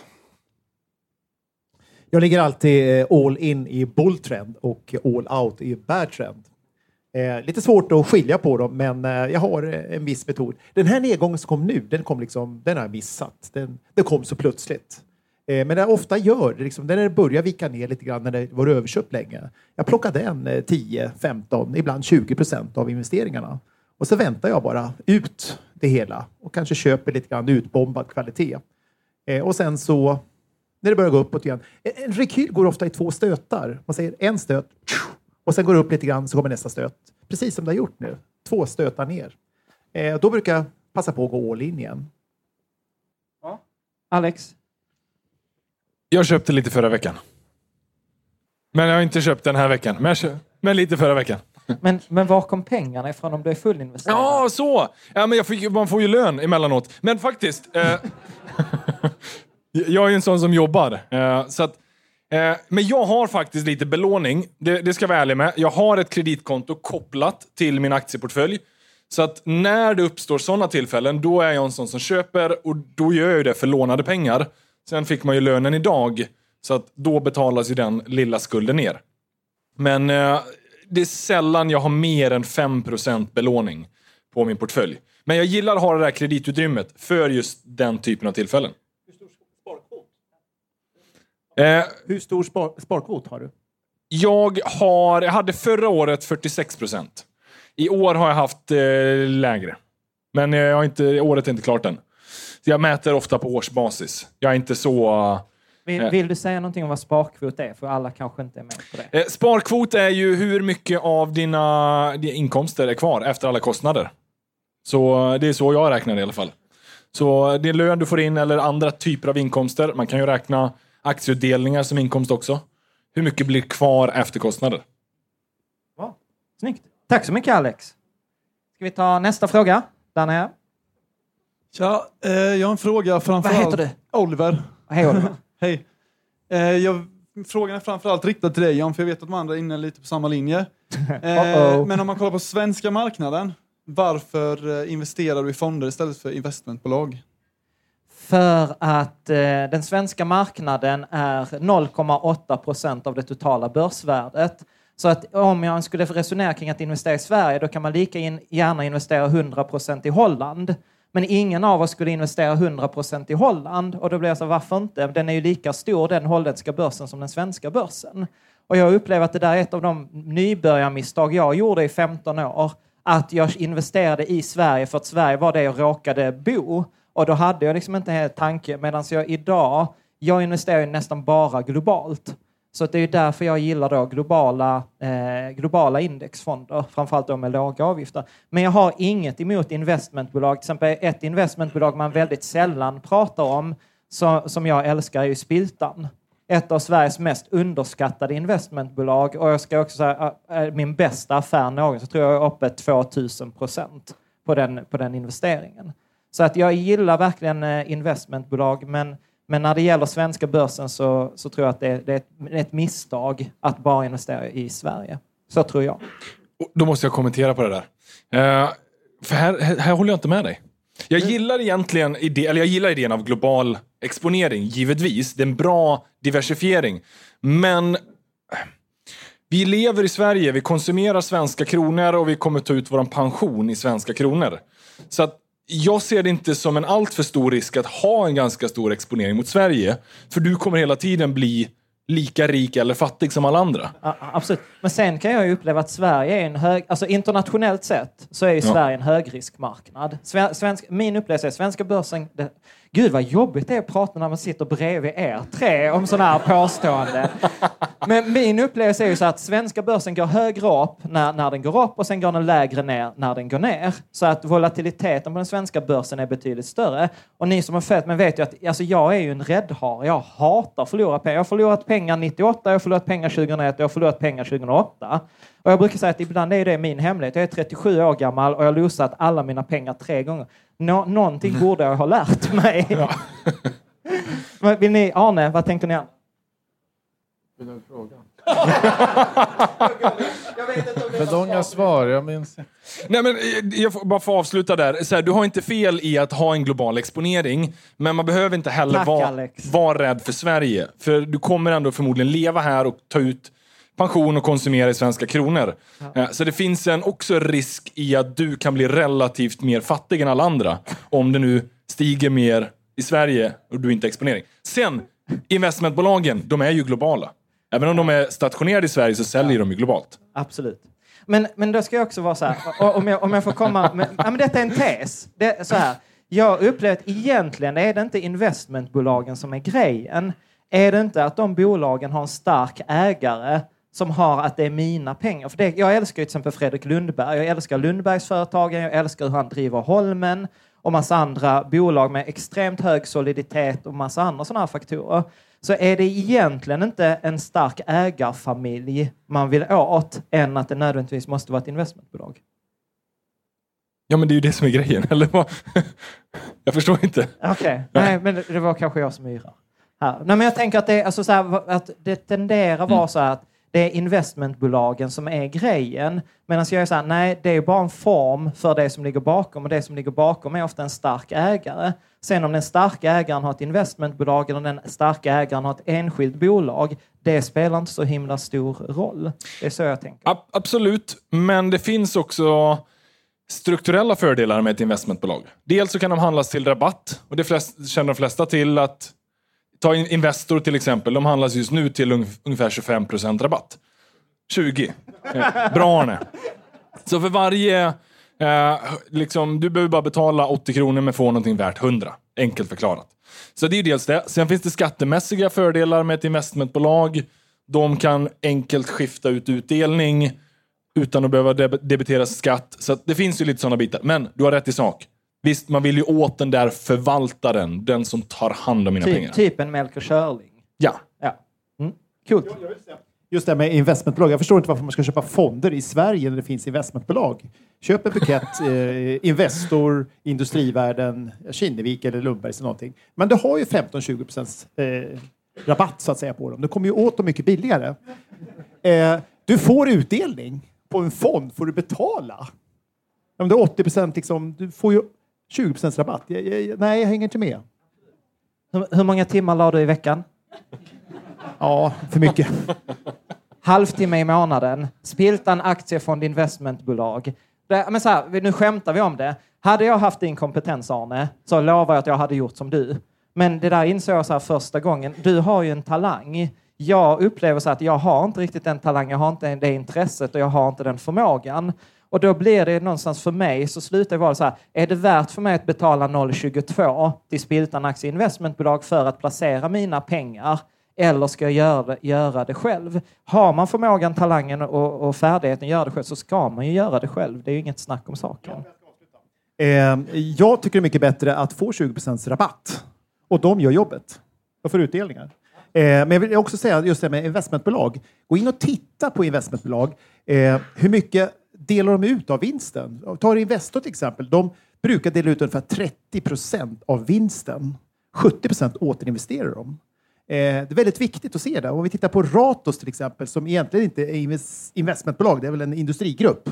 Jag ligger alltid all in i bull trend och all out i bear trend. Lite svårt att skilja på dem, men jag har en viss metod. Den här nedgången som kom nu, den har jag missat. Den kom så plötsligt. Men det ofta gör det, liksom, när det börjar vika ner lite grann när det var överköpt länge. Jag plockade en 10, 15, ibland 20% av investeringarna. Och så väntar jag bara ut det hela och kanske köper lite grann utbombad kvalitet. Och sen så, när det börjar gå uppåt igen. En rekyl går ofta i 2 stötar. Man säger en stöt och sen går det upp lite grann så kommer nästa stöt. Precis som det har gjort nu. 2 stötar ner. Då brukar jag passa på att gå all in igen. Ja. Alex? Jag köpte lite förra veckan. Men jag har inte köpt den här veckan. Men lite förra veckan. Men var kom pengarna ifrån om du är fullinvesterad? Ja, så! Ja, men man får ju lön emellanåt. Men faktiskt... jag är ju en sån som jobbar. Så att, men jag har faktiskt lite belåning. Det ska jag vara ärlig med. Jag har ett kreditkonto kopplat till min aktieportfölj. Så att när det uppstår sådana tillfällen, då är jag en sån som köper. Och då gör jag det för lånade pengar. Sen fick man ju lönen idag. Så att då betalas ju den lilla skulden ner. Men det är sällan jag har mer än 5% belåning på min portfölj. Men jag gillar att ha det där kreditutrymmet för just den typen av tillfällen. Hur stor sparkvot har du? Jag hade förra året 46%. I år har jag haft lägre. Men året är inte klart än. Så jag mäter ofta på årsbasis. Jag är inte så... Vill du säga någonting om vad sparkvot är? För alla kanske inte är med på det. Sparkvot är ju hur mycket av dina inkomster är kvar efter alla kostnader. Så det är så jag räknar i alla fall. Så det är lön du får in eller andra typer av inkomster. Man kan ju räkna aktieutdelningar som inkomst också. Hur mycket blir kvar efter kostnader? Wow. Snyggt. Tack så mycket, Alex. Ska vi ta nästa fråga? Den här. Ja, jag har en fråga framförallt. Vad heter du? Oliver. Hej Oliver. Hej. Frågan är framförallt riktad till dig, Jan, för jag vet att de andra är inne lite på samma linje. Men om man kollar på svenska marknaden, varför investerar du i fonder istället för investmentbolag? För att den svenska marknaden är 0,8% av det totala börsvärdet. Så att om jag skulle resonera kring att investera i Sverige, då kan man lika gärna investera 100% i Holland. Men ingen av oss skulle investera 100% i Holland. Och då blir jag så, varför inte? Den är ju lika stor, den holländska börsen, som den svenska börsen. Och jag upplever att det där är ett av de nybörjarmisstag jag gjorde i 15 år. Att jag investerade i Sverige för att Sverige var det jag råkade bo. Och då hade jag liksom inte helt tanke. Medan jag investerar nästan bara globalt. Så det är därför jag gillar då globala indexfonder, framförallt då med låga avgifter. Men jag har inget emot investmentbolag. Till exempel ett investmentbolag man väldigt sällan pratar om, som jag älskar, är ju Spiltan. Ett av Sveriges mest underskattade investmentbolag. Och jag ska också säga min bästa affär någon, så tror jag är uppe 2000% på den investeringen. Så att jag gillar verkligen investmentbolag, men när det gäller svenska börsen så tror jag att det är ett misstag att bara investera i Sverige. Så tror jag. Då måste jag kommentera på det där. För här håller jag inte med dig. Jag gillar egentligen idén av global exponering, givetvis. Det är en bra diversifiering. Men vi lever i Sverige, vi konsumerar svenska kronor och vi kommer ta ut vår pension i svenska kronor. Så att jag ser det inte som en allt för stor risk att ha en ganska stor exponering mot Sverige. För du kommer hela tiden bli lika rik eller fattig som alla andra. Ja, absolut. Men sen kan jag ju uppleva att Sverige är alltså internationellt sett så är ju Sverige en högriskmarknad. Min upplevelse är att svenska börsen Gud vad jobbigt det är att prata när man sitter bredvid er tre om sådana här påstående. Men min upplevelse är ju så att svenska börsen går högre upp när den går upp och sen går den lägre ner när den går ner. Så att volatiliteten på den svenska börsen är betydligt större. Och ni som har följt mig vet ju att alltså, jag är ju en räddhare. Jag hatar att förlora pengar. Jag har förlorat pengar 98, jag har förlorat pengar 2001 och jag har förlorat pengar 2008. Och jag brukar säga att ibland är det min hemlighet. Jag är 37 år gammal och jag har losat alla mina pengar 3 gånger. Någonting borde jag ha lärt mig. Ja. Vill ni, Arne, vad tänker ni? Vill du fråga? För svar, jag minns. Nej, men jag får bara få avsluta där. Så här, du har inte fel i att ha en global exponering, men man behöver inte heller vara rädd för Sverige. För du kommer ändå förmodligen leva här och ta ut pension och konsumera i svenska kronor. Ja. Så det finns också risk i att du kan bli relativt mer fattig än alla andra om det nu stiger mer i Sverige och du inte är exponering. Sen, investmentbolagen, de är ju globala. Även om de är stationerade i Sverige så säljer de ju globalt. Absolut. Men då ska jag också vara så här, om jag får komma med, men detta är en tes. Det är så här, jag upplever att egentligen är det inte investmentbolagen som är grejen. Är det inte att de bolagen har en stark ägare som har att det är mina pengar. För jag älskar ju till exempel Fredrik Lundberg. Jag älskar Lundbergs företagen. Jag älskar hur han driver Holmen. Och massa andra bolag med extremt hög soliditet och massa andra sådana här faktorer. Så är det egentligen inte en stark ägarfamilj man vill åt än att det nödvändigtvis måste vara ett investmentbolag. Ja, men det är ju det som är grejen, eller vad? Jag förstår inte. Okej. Nej, men det var kanske jag som yrar. Nej, men jag tänker att det, alltså så här, att det tenderar vara så här att det är investmentbolagen som är grejen. Medan jag är så här, nej, det är bara en form för det som ligger bakom. Och det som ligger bakom är ofta en stark ägare. Sen om den starka ägaren har ett investmentbolag eller den starka ägaren har ett enskilt bolag, det spelar inte så himla stor roll. Det är så jag tänker. Absolut, men det finns också strukturella fördelar med ett investmentbolag. Dels så kan de handlas till rabatt. Och det känner de flesta till att ta Investor till exempel. De handlas just nu till ungefär 25% rabatt. 20. Bra, Arne. Så för varje... du behöver bara betala 80 kronor men få någonting värt 100. Enkelt förklarat. Så det är ju dels det. Sen finns det skattemässiga fördelar med ett investmentbolag. De kan enkelt skifta ut utdelning utan att behöva debiteras skatt. Så det finns ju lite sådana bitar. Men du har rätt i sak. Visst, man vill ju åt den där förvaltaren. Den som tar hand om mina pengar. Typ en Melker Schörling. Ja. Cool. Just det med investmentbolag. Jag förstår inte varför man ska köpa fonder i Sverige när det finns investmentbolag. Köp en bukett Investor, Industrivärden, Kinnevik eller Lundbergs eller någonting. Men du har ju 15-20% rabatt så att säga på dem. Du kommer ju åt dem mycket billigare. Du får utdelning på en fond, får du betala. Om det är 80% liksom, du får ju 20% rabatt. Nej, jag hänger inte med. Hur många timmar la du i veckan? Ja, för mycket. Halvtimme i månaden. Spiltan aktiefond investmentbolag. Men så här, nu skämtar vi om det. Hade jag haft din kompetens, Arne, så lovar jag att jag hade gjort som du. Men det där insåg jag så här första gången. Du har ju en talang. Jag upplever så att jag har inte riktigt den talangen. Jag har inte det intresset och jag har inte den förmågan. Och då blir det någonstans för mig så slutar det vara så här. Är det värt för mig att betala 0,22 till Spiltan aktieinvestmentbolag för att placera mina pengar? Eller ska jag göra det själv? Har man förmågan, talangen och färdigheten att göra det själv så ska man ju göra det själv. Det är ju inget snack om saken. Jag tycker det är mycket bättre att få 20% rabatt. Och de gör jobbet. De får utdelningar. Men jag vill också säga just det med investmentbolag. Gå in och titta på investmentbolag. Hur mycket delar de ut av vinsten? Ta Investor till exempel. De brukar dela ut ungefär 30% av vinsten. 70% återinvesterar de. Det är väldigt viktigt att se det. Om vi tittar på Ratos till exempel, som egentligen inte är investmentbolag, det är väl en industrigrupp.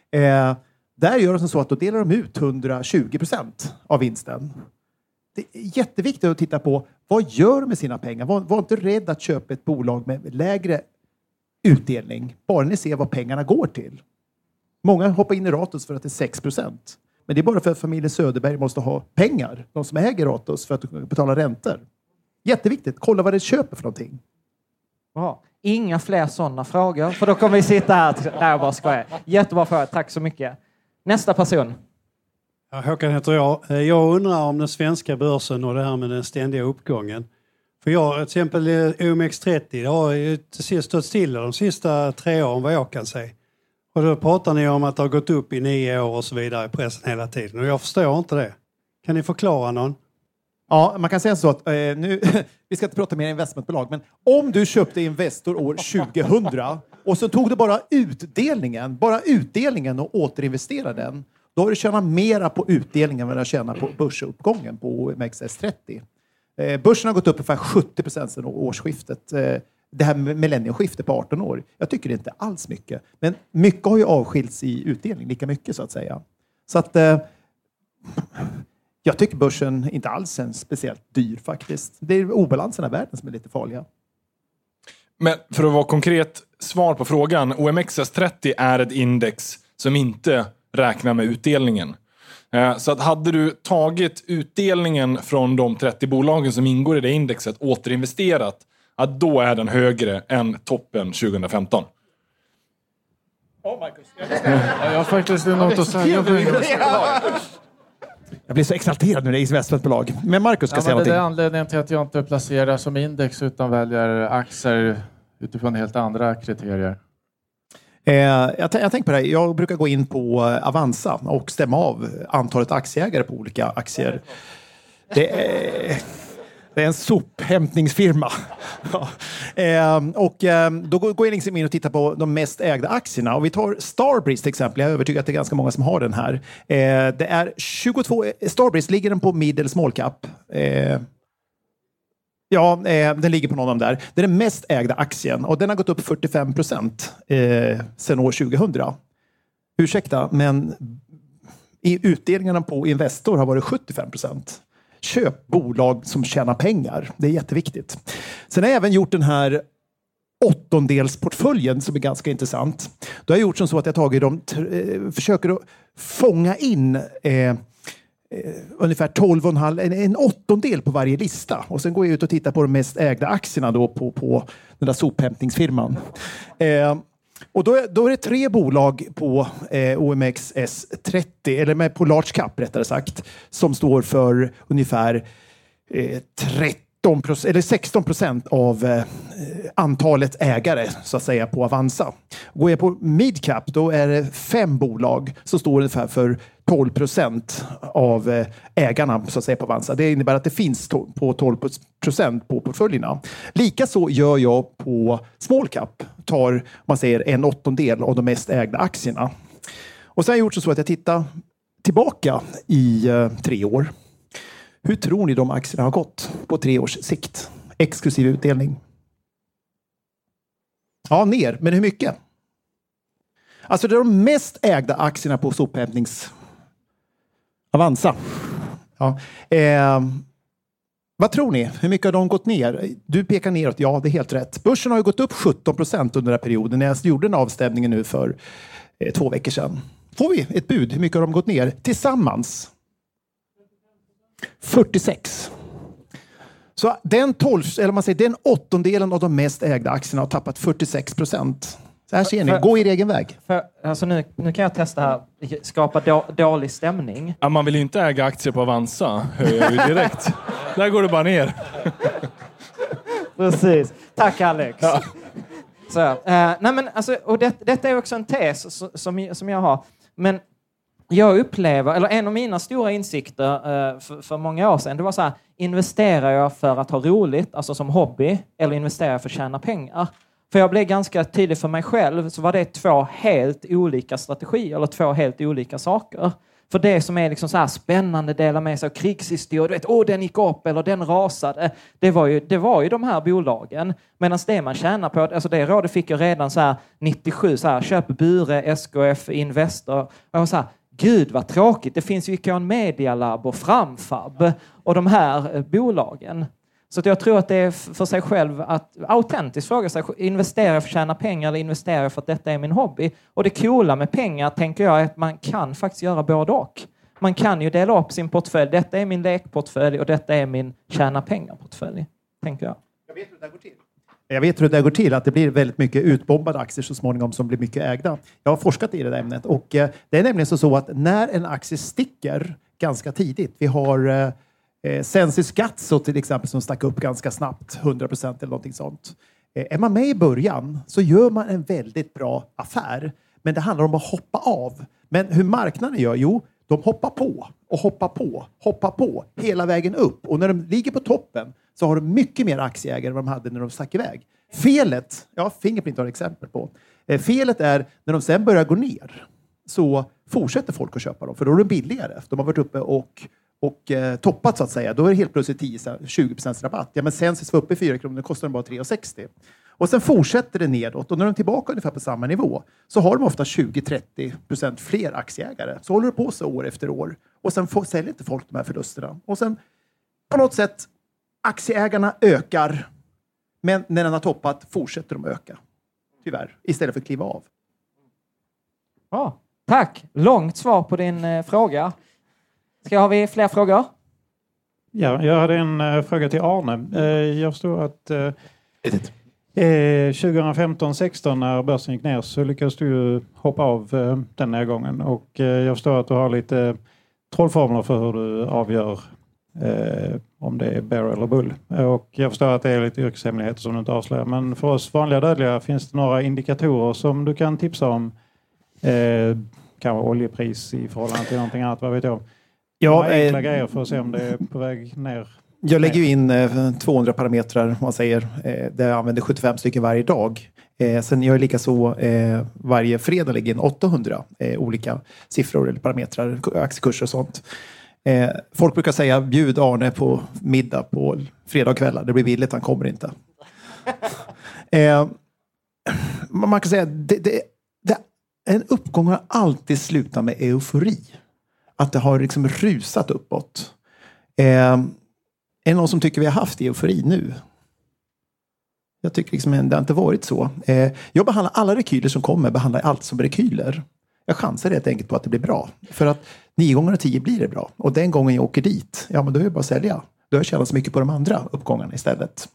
Där gör de så att då delar de ut 120% av vinsten. Det är jätteviktigt att titta på vad gör de med sina pengar. Var inte rädd att köpa ett bolag med lägre utdelning. Bara ni ser vad pengarna går till. Många hoppar in i Ratos för att det är 6%. Men det är bara för att familjen Söderberg måste ha pengar. De som äger Ratos för att betala räntor. Jätteviktigt. Kolla vad det köper för någonting. Bra. Inga fler sådana frågor. För då kommer vi sitta här. Nej, jag bara skojar. Jättebra fråga. Tack så mycket. Nästa person. Ja, Håkan heter jag. Jag undrar om den svenska börsen och det här med den ständiga uppgången. För jag, till exempel OMX30, det har ju till sist stått stilla de sista 3 åren vad jag kan säga. Och då pratar ni om att det har gått upp i 9 år och så vidare i pressen hela tiden. Och jag förstår inte det. Kan ni förklara någon? Ja, man kan säga så att nu, vi ska inte prata mer investmentbolag, men om du köpte Investor år 2000 och så tog du bara utdelningen och återinvesterade den, då har du tjänat mera på utdelningen än du tjänar på börsuppgången på OMXS30. Börsen har gått upp ungefär 70% sedan årsskiftet. Det här med millennieskiftet på 18 år. Jag tycker det inte alls mycket. Men mycket har ju avskilts i utdelning, lika mycket så att säga. Så att jag tycker börsen inte alls är speciellt dyr faktiskt. Det är obalanserna i världen som är lite farliga. Men för att vara konkret, svar på frågan. OMXS30 är ett index som inte räknar med utdelningen. Så att hade du tagit utdelningen från de 30 bolagen som ingår i det indexet, återinvesterat, att då är den högre än toppen 2015. Marcus. Jag har faktiskt något att säga. Jag blir så exalterad nu när det är investmentbolag. Men Marcus ska säga någonting. Det är anledningen till att jag inte placerar som index utan väljer aktier utifrån helt andra kriterier. Jag tänker på det här. Jag brukar gå in på Avanza och stämma av antalet aktieägare på olika aktier. Det är en sophämtningsfirma. Och då går jag liksom in och tittar på de mest ägda aktierna. Och vi tar Starbreeze till exempel. Jag är övertygad att det är ganska många som har den här. Det är 22... Starbreeze, ligger den på mid eller small cap? Ja, den ligger på någon av dem där. Det är den mest ägda aktien. Och den har gått upp 45% sedan år 2000. Ursäkta, men utdelningarna på Investor har varit 75%. Köp bolag som tjänar pengar. Det är jätteviktigt. Sen har jag även gjort den här 8-delsportföljen som är ganska intressant. Då har jag gjort som så att jag tagit dem, försöker att fånga in ungefär 12,5, en 8-del på varje lista. Och sen går jag ut och tittar på de mest ägda aktierna då på den där sophämtningsfirman. Och då är det 3 bolag på OMXS30, eller på large cap rättare sagt, som står för ungefär 16% av antalet ägare så att säga på Avanza. Går jag på mid cap, då är det 5 bolag som står ungefär för 12% av ägarna så att säga på Avanza. Det innebär att det finns på 12% på portföljerna. Likaså gör jag på small cap, tar man säger 1/8 av de mest ägda aktierna. Och sen har jag gjort så att jag tittar tillbaka i 3 år. Hur tror ni de aktierna har gått på 3 års sikt? Exklusiv utdelning. Ja, ner. Men hur mycket? Alltså det är de mest ägda aktierna på sophämtnings Avanza. Ja. Vad tror ni? Hur mycket har de gått ner? Du pekar neråt. Ja, det är helt rätt. Börsen har ju gått upp 17% under den här perioden. När jag gjorde en avstämning nu för 2 veckor sedan. Får vi ett bud? Hur mycket har de gått ner? Tillsammans? 46. Så den 8-delen av de mest ägda aktierna har tappat 46%. Så här ser ni, gå er egen väg. Alltså nu kan jag testa här, skapa dålig stämning. Ja, man vill ju inte äga aktier på Avanza, hör jag ju direkt. Där går det bara ner. Precis. Tack Alex. Ja. Så, nej men alltså, och detta är också en tes som jag har. Men jag upplever, eller en av mina stora insikter för många år sedan, det var så här: investerar jag för att ha roligt, alltså som hobby, eller investerar jag för att tjäna pengar? För jag blev ganska tydlig för mig själv, så var det 2 helt olika strategier, eller 2 helt olika saker. För det som är liksom så här spännande, dela med sig av krigshistoria, du vet, den gick upp eller den rasade. Det var ju de här bolagen. Medan det man tjänar på, alltså det rådet fick jag redan så här 97, så här, köp Bure, SKF, Investor. Och jag var så här, gud vad tråkigt, det finns ju Icon Media Lab och Framfab och de här bolagen. Så att jag tror att det är för sig själv att autentiskt fråga sig, investerar jag för att tjäna pengar eller investerar jag för att detta är min hobby? Och det coola med pengar tänker jag är att man kan faktiskt göra både och. Man kan ju dela upp sin portfölj. Detta är min lekportfölj och detta är min tjäna pengar-portfölj, tänker jag. Jag vet hur det går till. Jag vet hur det går till, att det blir väldigt mycket utbombade aktier så småningom som blir mycket ägda. Jag har forskat i det där ämnet och det är nämligen så att när en aktie sticker ganska tidigt. Vi har Sensis Gatso till exempel som stack upp ganska snabbt, 100% eller någonting sånt. Är man med i början så gör man en väldigt bra affär. Men det handlar om att hoppa av. Men hur marknaden gör? Jo, de hoppar på hela vägen upp. Och när de ligger på toppen så har de mycket mer aktieägare än vad de hade när de stack iväg. Felet, Fingerprint har exempel på. Felet är när de sen börjar gå ner så fortsätter folk att köpa dem. För då är de billigare. De har varit uppe och toppat så att säga. Då är det helt plötsligt 20% rabatt. Ja, men Sensis var uppe i 4 kronor, kostar de bara 3,60. Och sen fortsätter det nedåt. Och när de är tillbaka ungefär på samma nivå så har de ofta 20-30% fler aktieägare. Så håller det på så år efter år. Och sen säljer inte folk de här förlusterna. Och sen på något sätt aktieägarna ökar. Men när den har toppat fortsätter de öka. Tyvärr. Istället för att kliva av. Ja, tack. Långt svar på din fråga. Har vi fler frågor? Ja, jag hade en fråga till Arne. Jag förstår att 2015-16 när börsen gick ner så lyckades du ju hoppa av den nedgången. Och jag förstår att du har lite trollformler för hur du avgör om det är bear eller bull. Och jag förstår att det är lite yrkeshemligheter som du inte avslöjar. Men för oss vanliga dödliga finns det några indikatorer som du kan tipsa om. Kanske oljepris i förhållande till någonting annat, vad vet jag. Ja, enkla grejer för att se om det är på väg ner. Jag lägger ju in 200 parametrar, man säger. Där jag använder 75 stycken varje dag. Sen gör jag lika så varje fredag lägger in 800 olika siffror eller parametrar, aktiekurser och sånt. Folk brukar säga bjud Arne på middag på fredagkvällar. Det blir billigt, han kommer inte. Man kan säga en uppgång har alltid slutat med eufori. Att det har liksom rusat uppåt. Är det någon som tycker vi har haft eufori nu? Jag tycker liksom det har inte varit så. Jag behandlar alla rekyler som kommer, behandlar allt som rekyler. Jag chansar helt enkelt på att det blir bra. För att 9 gånger av 10 blir det bra. Och den gången jag åker dit, ja men då är det bara att sälja. Då har jag tjänat så mycket på de andra uppgångarna istället.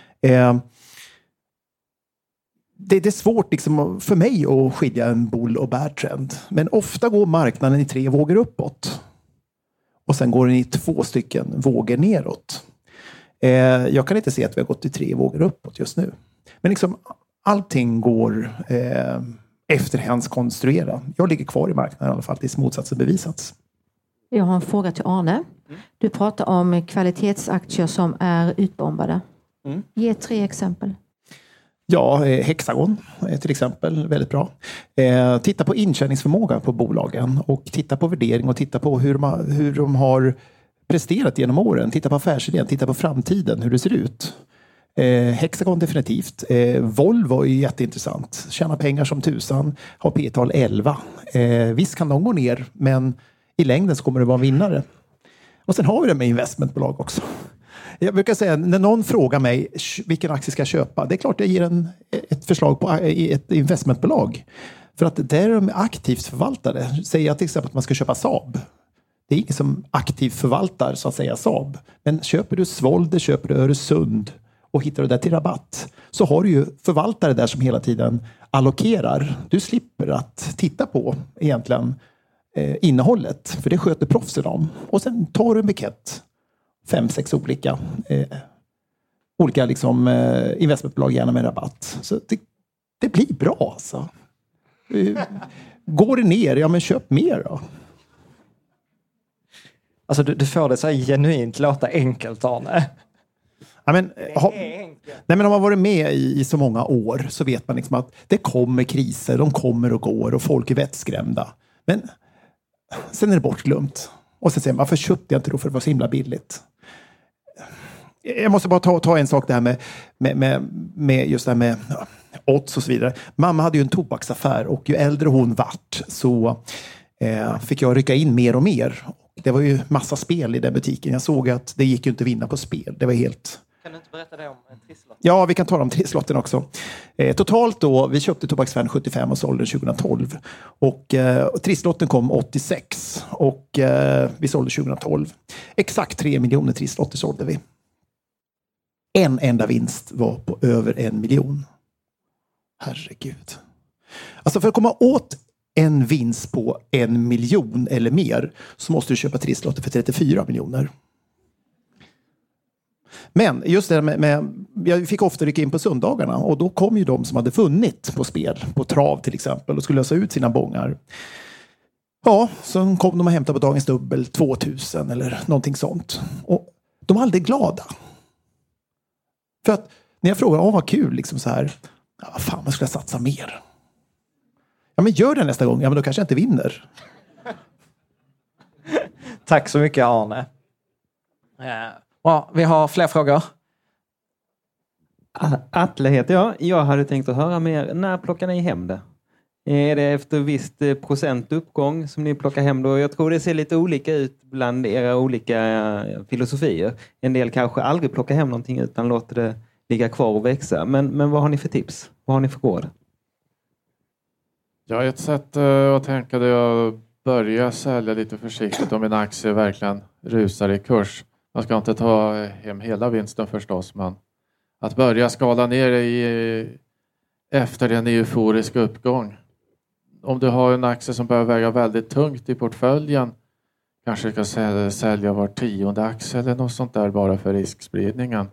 Det är svårt liksom för mig att skilja en bull- och bear-trend. Men ofta går marknaden i 3 vågor uppåt. Och sen går den i 2 stycken vågor neråt. Jag kan inte se att vi har gått i 3 vågor uppåt just nu. Men liksom allting går efterhandskonstruera. Jag ligger kvar i marknaden i alla fall tills motsatsen bevisats. Jag har en fråga till Arne. Du pratar om kvalitetsaktier som är utbombade. Ge 3 exempel. Ja, Hexagon till exempel, väldigt bra. Titta på intjäningsförmåga på bolagen och titta på värdering och titta på hur de har presterat genom åren. Titta på affärsidén, titta på framtiden, hur det ser ut. Hexagon definitivt. Volvo är jätteintressant. Tjäna pengar som tusan, har P-tal 11. Visst kan de gå ner, men i längden så kommer det vara vinnare. Och sen har vi det med investmentbolag också. Jag brukar säga, när någon frågar mig vilken aktie ska jag köpa, det är klart jag ger ett förslag på ett investmentbolag. För att där är de aktivt förvaltade. Säger jag till exempel att man ska köpa Saab. Det är ingen som aktivt förvaltar så att säga Saab. Men köper du Svolder, köper du Öresund och hittar du det till rabatt, så har du ju förvaltare där som hela tiden allokerar. Du slipper att titta på egentligen innehållet, för det sköter proffsen om. Och sen tar du en bukett 5-6 olika liksom, investmentbolag gärna med rabatt. Så det blir bra alltså. Går det ner, ja men köp mer då. Alltså du får det så här genuint låta enkelt, Arne. Ja, men, om man har varit med i så många år så vet man liksom att det kommer kriser, de kommer och går och folk är vettskrämda. Men sen är det bortglömt. Och sen säger man, varför köpte jag inte då för det var så himla billigt? Jag måste bara ta en sak det här med just det här med odds och så vidare. Mamma hade ju en tobaksaffär och ju äldre hon vart så fick jag rycka in mer och mer. Det var ju massa spel i den butiken. Jag såg att det gick ju inte att vinna på spel. Det var helt... Kan du inte berätta det om trisslotten? Ja, vi kan ta om trisslotten också. Totalt då, vi köpte Tobaksvärn 75 och sålde 2012. Och trisslotten kom 86 och vi sålde 2012. Exakt 3 miljoner trisslotter sålde vi. En enda vinst var på över 1 miljon. Herregud. Alltså för att komma åt en vinst på 1 miljon eller mer, så måste du köpa trisslotter för 34 miljoner. Men just det med jag fick ofta rycka in på söndagarna, och då kom ju de som hade vunnit på spel, på trav till exempel, och skulle lösa ut sina bongar. Ja, så kom de och hämtade på dagens dubbel 2000 eller någonting sånt. Och de var aldrig glada. För att när jag frågar, vad kul, liksom så här, ja, fan, man skulle satsa mer. Ja, men gör det nästa gång. Ja, men då kanske jag inte vinner. Tack så mycket, Arne. Ja, vi har fler frågor. Atle heter jag. Jag hade tänkt att höra mer. När plockar ni hem det? Är det efter visst procent uppgång som ni plockar hem då? Jag tror det ser lite olika ut bland era olika filosofier. En del kanske aldrig plockar hem någonting utan låter det ligga kvar och växa. Men vad har ni för tips? Vad har ni för råd? Ja, ett sätt att tänka det är att börja sälja lite försiktigt om en aktie verkligen rusar i kurs. Man ska inte ta hem hela vinsten förstås, men att börja skala ner efter en euforisk uppgång. Om du har en aktie som börjar väga väldigt tungt i portföljen, kanske du kan sälja var 10:e aktie eller något sånt där bara för riskspridningen.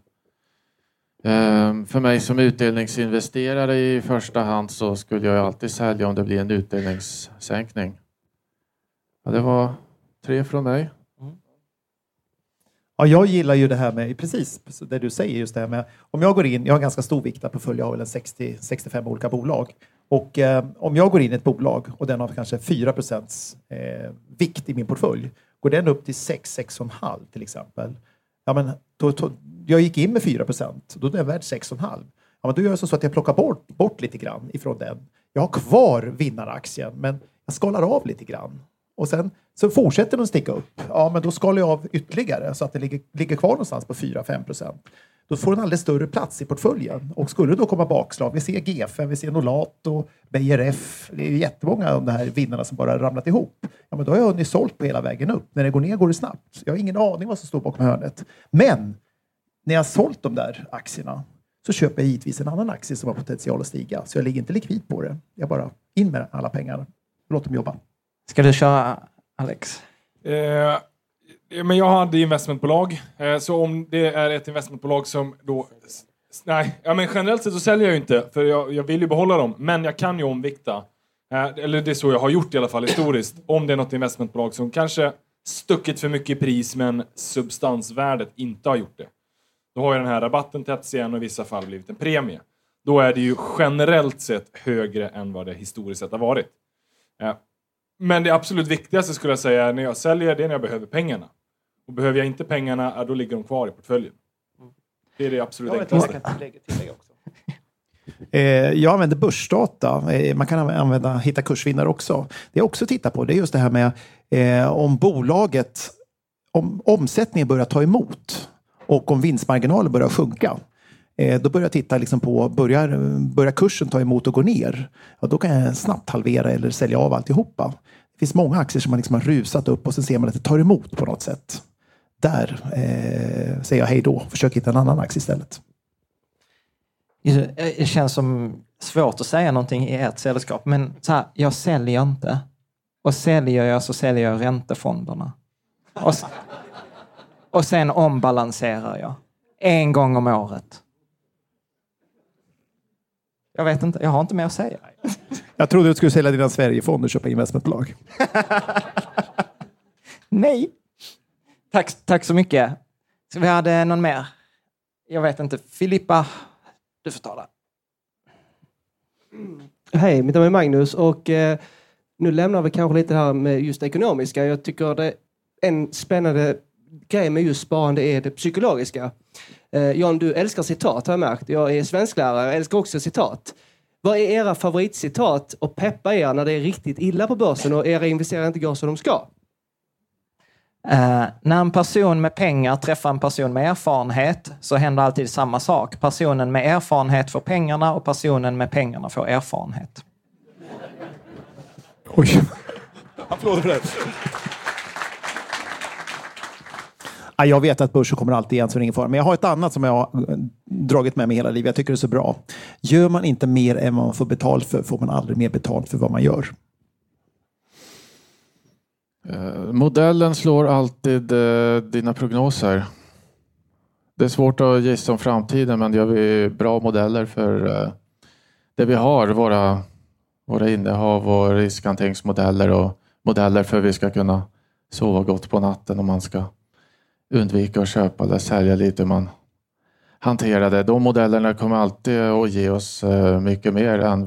För mig som utdelningsinvesterare i första hand så skulle jag alltid sälja om det blir en utdelningssänkning. Ja, det var 3 från mig. Ja, jag gillar ju det här med, precis det du säger, just det här med, om jag går in, jag har en ganska stor vikt på portfölj, jag har väl 60-65 olika bolag. Och om jag går in i ett bolag och den har kanske 4% vikt i min portfölj, går den upp till 6,5 till exempel. Ja, men jag gick in med 4%, då är den värd 6,5. Ja, men då gör jag så att jag plockar bort lite grann ifrån den. Jag har kvar vinnaraktien, men jag skalar av lite grann. Och sen så fortsätter den sticka upp. Ja, men då skalar jag av ytterligare så att det ligger kvar någonstans på 4-5%. Då får den alldeles större plats i portföljen. Och skulle det då komma bakslag, vi ser G5, vi ser Nolato, BRF, det är ju jättemånga av de här vinnarna som bara ramlat ihop. Ja, men då har jag hunnit sålt på hela vägen upp. När det går ner går det snabbt. Jag har ingen aning vad som står bakom hörnet. Men när jag har sålt de där aktierna så köper jag givetvis en annan aktie som har potential att stiga. Så jag ligger inte likvid på det. Jag bara in med alla pengar. Låt dem jobba. Ska du köra, Alex? Men jag hade investmentbolag. Så om det är ett investmentbolag som då... Nej, ja, men generellt sett så säljer jag ju inte. För jag vill ju behålla dem. Men jag kan ju omvikta. Eller det är så jag har gjort i alla fall historiskt. Om det är något investmentbolag som kanske stuckit för mycket i pris men substansvärdet inte har gjort det. Då har jag den här rabatten tätts igen och i vissa fall blivit en premie. Då är det ju generellt sett högre än vad det historiskt sett har varit. Men det absolut viktigaste skulle jag säga när jag säljer det är när jag behöver pengarna. Och behöver jag inte pengarna, då ligger de kvar i portföljen. Det är det absolut enklaste. Jag använder börsdata. Man kan hitta kursvinnare också. Det jag också tittar på det är just det här med om bolaget, om omsättningen börjar ta emot och om vinstmarginalen börjar sjunka. Då börjar jag titta liksom på, börjar kursen ta emot och gå ner. Ja, då kan jag snabbt halvera eller sälja av alltihopa. Det finns många aktier som man liksom har rusat upp och sen ser man att det tar emot på något sätt. Där säger jag hej då. Försök hitta en annan aktie istället. Det känns som svårt att säga någonting i ert sällskap. Men så här, jag säljer inte. Och säljer jag så säljer jag räntefonderna. Och sen ombalanserar jag. 1 gång om året. Jag vet inte, jag har inte mer att säga. Jag trodde du skulle sälja dina Sverigefonder och köpa investmentbolag. Nej. Tack så mycket. Så vi hade någon mer. Jag vet inte. Filippa, du får tala. Hej, mitt namn är Magnus och nu lämnar vi kanske lite här med just det ekonomiska. Jag tycker det en spännande grej med just sparande är det psykologiska. Jan, du älskar citat har jag märkt. Jag är svensklärare, jag älskar också citat. Vad är era favoritcitat och peppa er när det är riktigt illa på börsen och era investerare inte går som de ska? När en person med pengar träffar en person med erfarenhet så händer alltid samma sak. Personen med erfarenhet får pengarna och personen med pengarna får erfarenhet. Oj. Applåder för det. Jag vet att börsen kommer alltid igen så det är ingen fara. Men jag har ett annat som jag har dragit med mig hela livet. Jag tycker det är så bra. Gör man inte mer än vad man får betalt för får man aldrig mer betalt för vad man gör. Modellen slår alltid dina prognoser. Det är svårt att gissa om framtiden, men gör vi bra modeller för det vi har, våra innehav och riskhanteringsmodeller och modeller för att vi ska kunna sova gott på natten om man ska undvika att köpa eller sälja lite man hanterar det. De modellerna kommer alltid att ge oss mycket mer än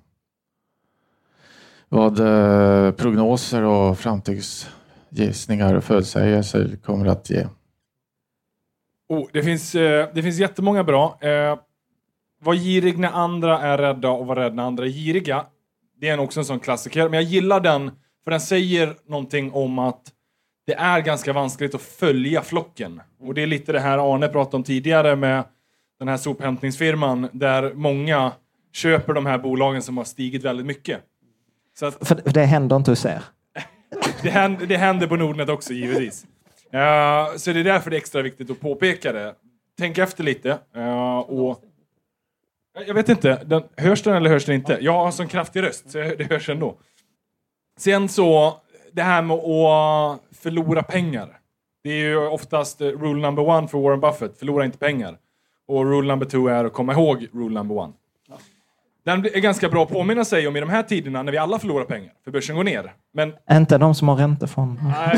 vad prognoser och framtidsgissningar och förutsägelser kommer att ge. Det finns jättemånga bra. Var girig när andra är rädda och var rädd när andra är giriga. Det är också en sån klassiker. Men jag gillar den för den säger någonting om att det är ganska vanskligt att följa flocken. Och det är lite det här Arne pratade om tidigare med den här sophämtningsfirman där många köper de här bolagen som har stigit väldigt mycket. Så att, för det händer inte hos er. det händer på Nordnet också givetvis. Så det är därför det är extra viktigt att påpeka det. Tänk efter lite. Och jag vet inte, hörs den eller hörs den inte? Jag har en sån kraftig röst så det hörs ändå. Sen så, det här med att förlora pengar. Det är ju oftast rule number 1 för Warren Buffett. Förlora inte pengar. Och rule number 2 är att komma ihåg rule number 1. Den är ganska bra att påminna sig om i de här tiderna när vi alla förlorar pengar. För börsen går ner. Men inte de som har räntefond. Nej.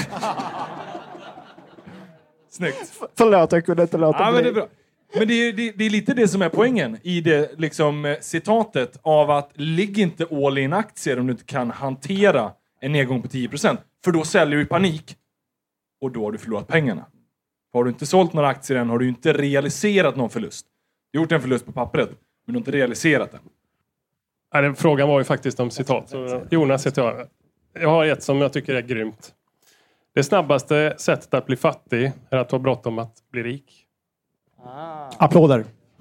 Snyggt. Förlåt, jag kunde inte låta bli. Men det är bra. Men det är lite det som är poängen i det liksom, citatet av att ligg inte all in aktier om du inte kan hantera en nedgång på 10%. För då säljer du i panik och då har du förlorat pengarna. Har du inte sålt några aktier än har du inte realiserat någon förlust. Du har gjort en förlust på pappret men du har inte realiserat den. Nej, frågan var ju faktiskt om citat. Så Jonas heter jag har ett som jag tycker är grymt. Det snabbaste sättet att bli fattig är att ha bråttom att bli rik. Applåder.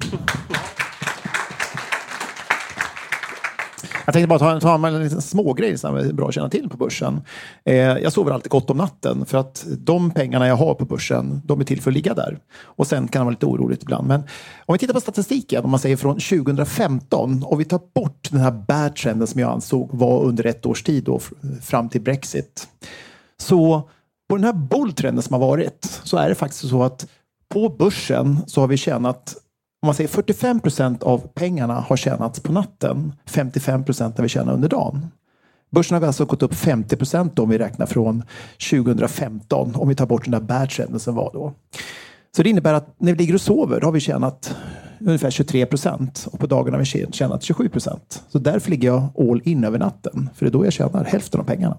Jag tänkte bara ta en liten smågrej som är bra att känna till på börsen. Jag sover alltid gott om natten för att de pengarna jag har på börsen, de är till för att ligga där. Och sen kan det vara lite oroligt ibland. Men om vi tittar på statistiken, om man säger från 2015 och vi tar bort den här bad-trenden som jag ansåg var under ett års tid då, fram till Brexit. Så på den här bull-trenden som har varit så är det faktiskt så att på börsen så har vi tjänat, om man säger 45% av pengarna har tjänats på natten, 55% när vi tjänar under dagen. Börsen har alltså gått upp 50% om vi räknar från 2015, om vi tar bort den där bad-trenden som var då. Så det innebär att när vi ligger och sover har vi tjänat ungefär 23% och på dagarna har vi tjänat 27%. Så därför ligger jag all in över natten, för det är då jag tjänar hälften av pengarna.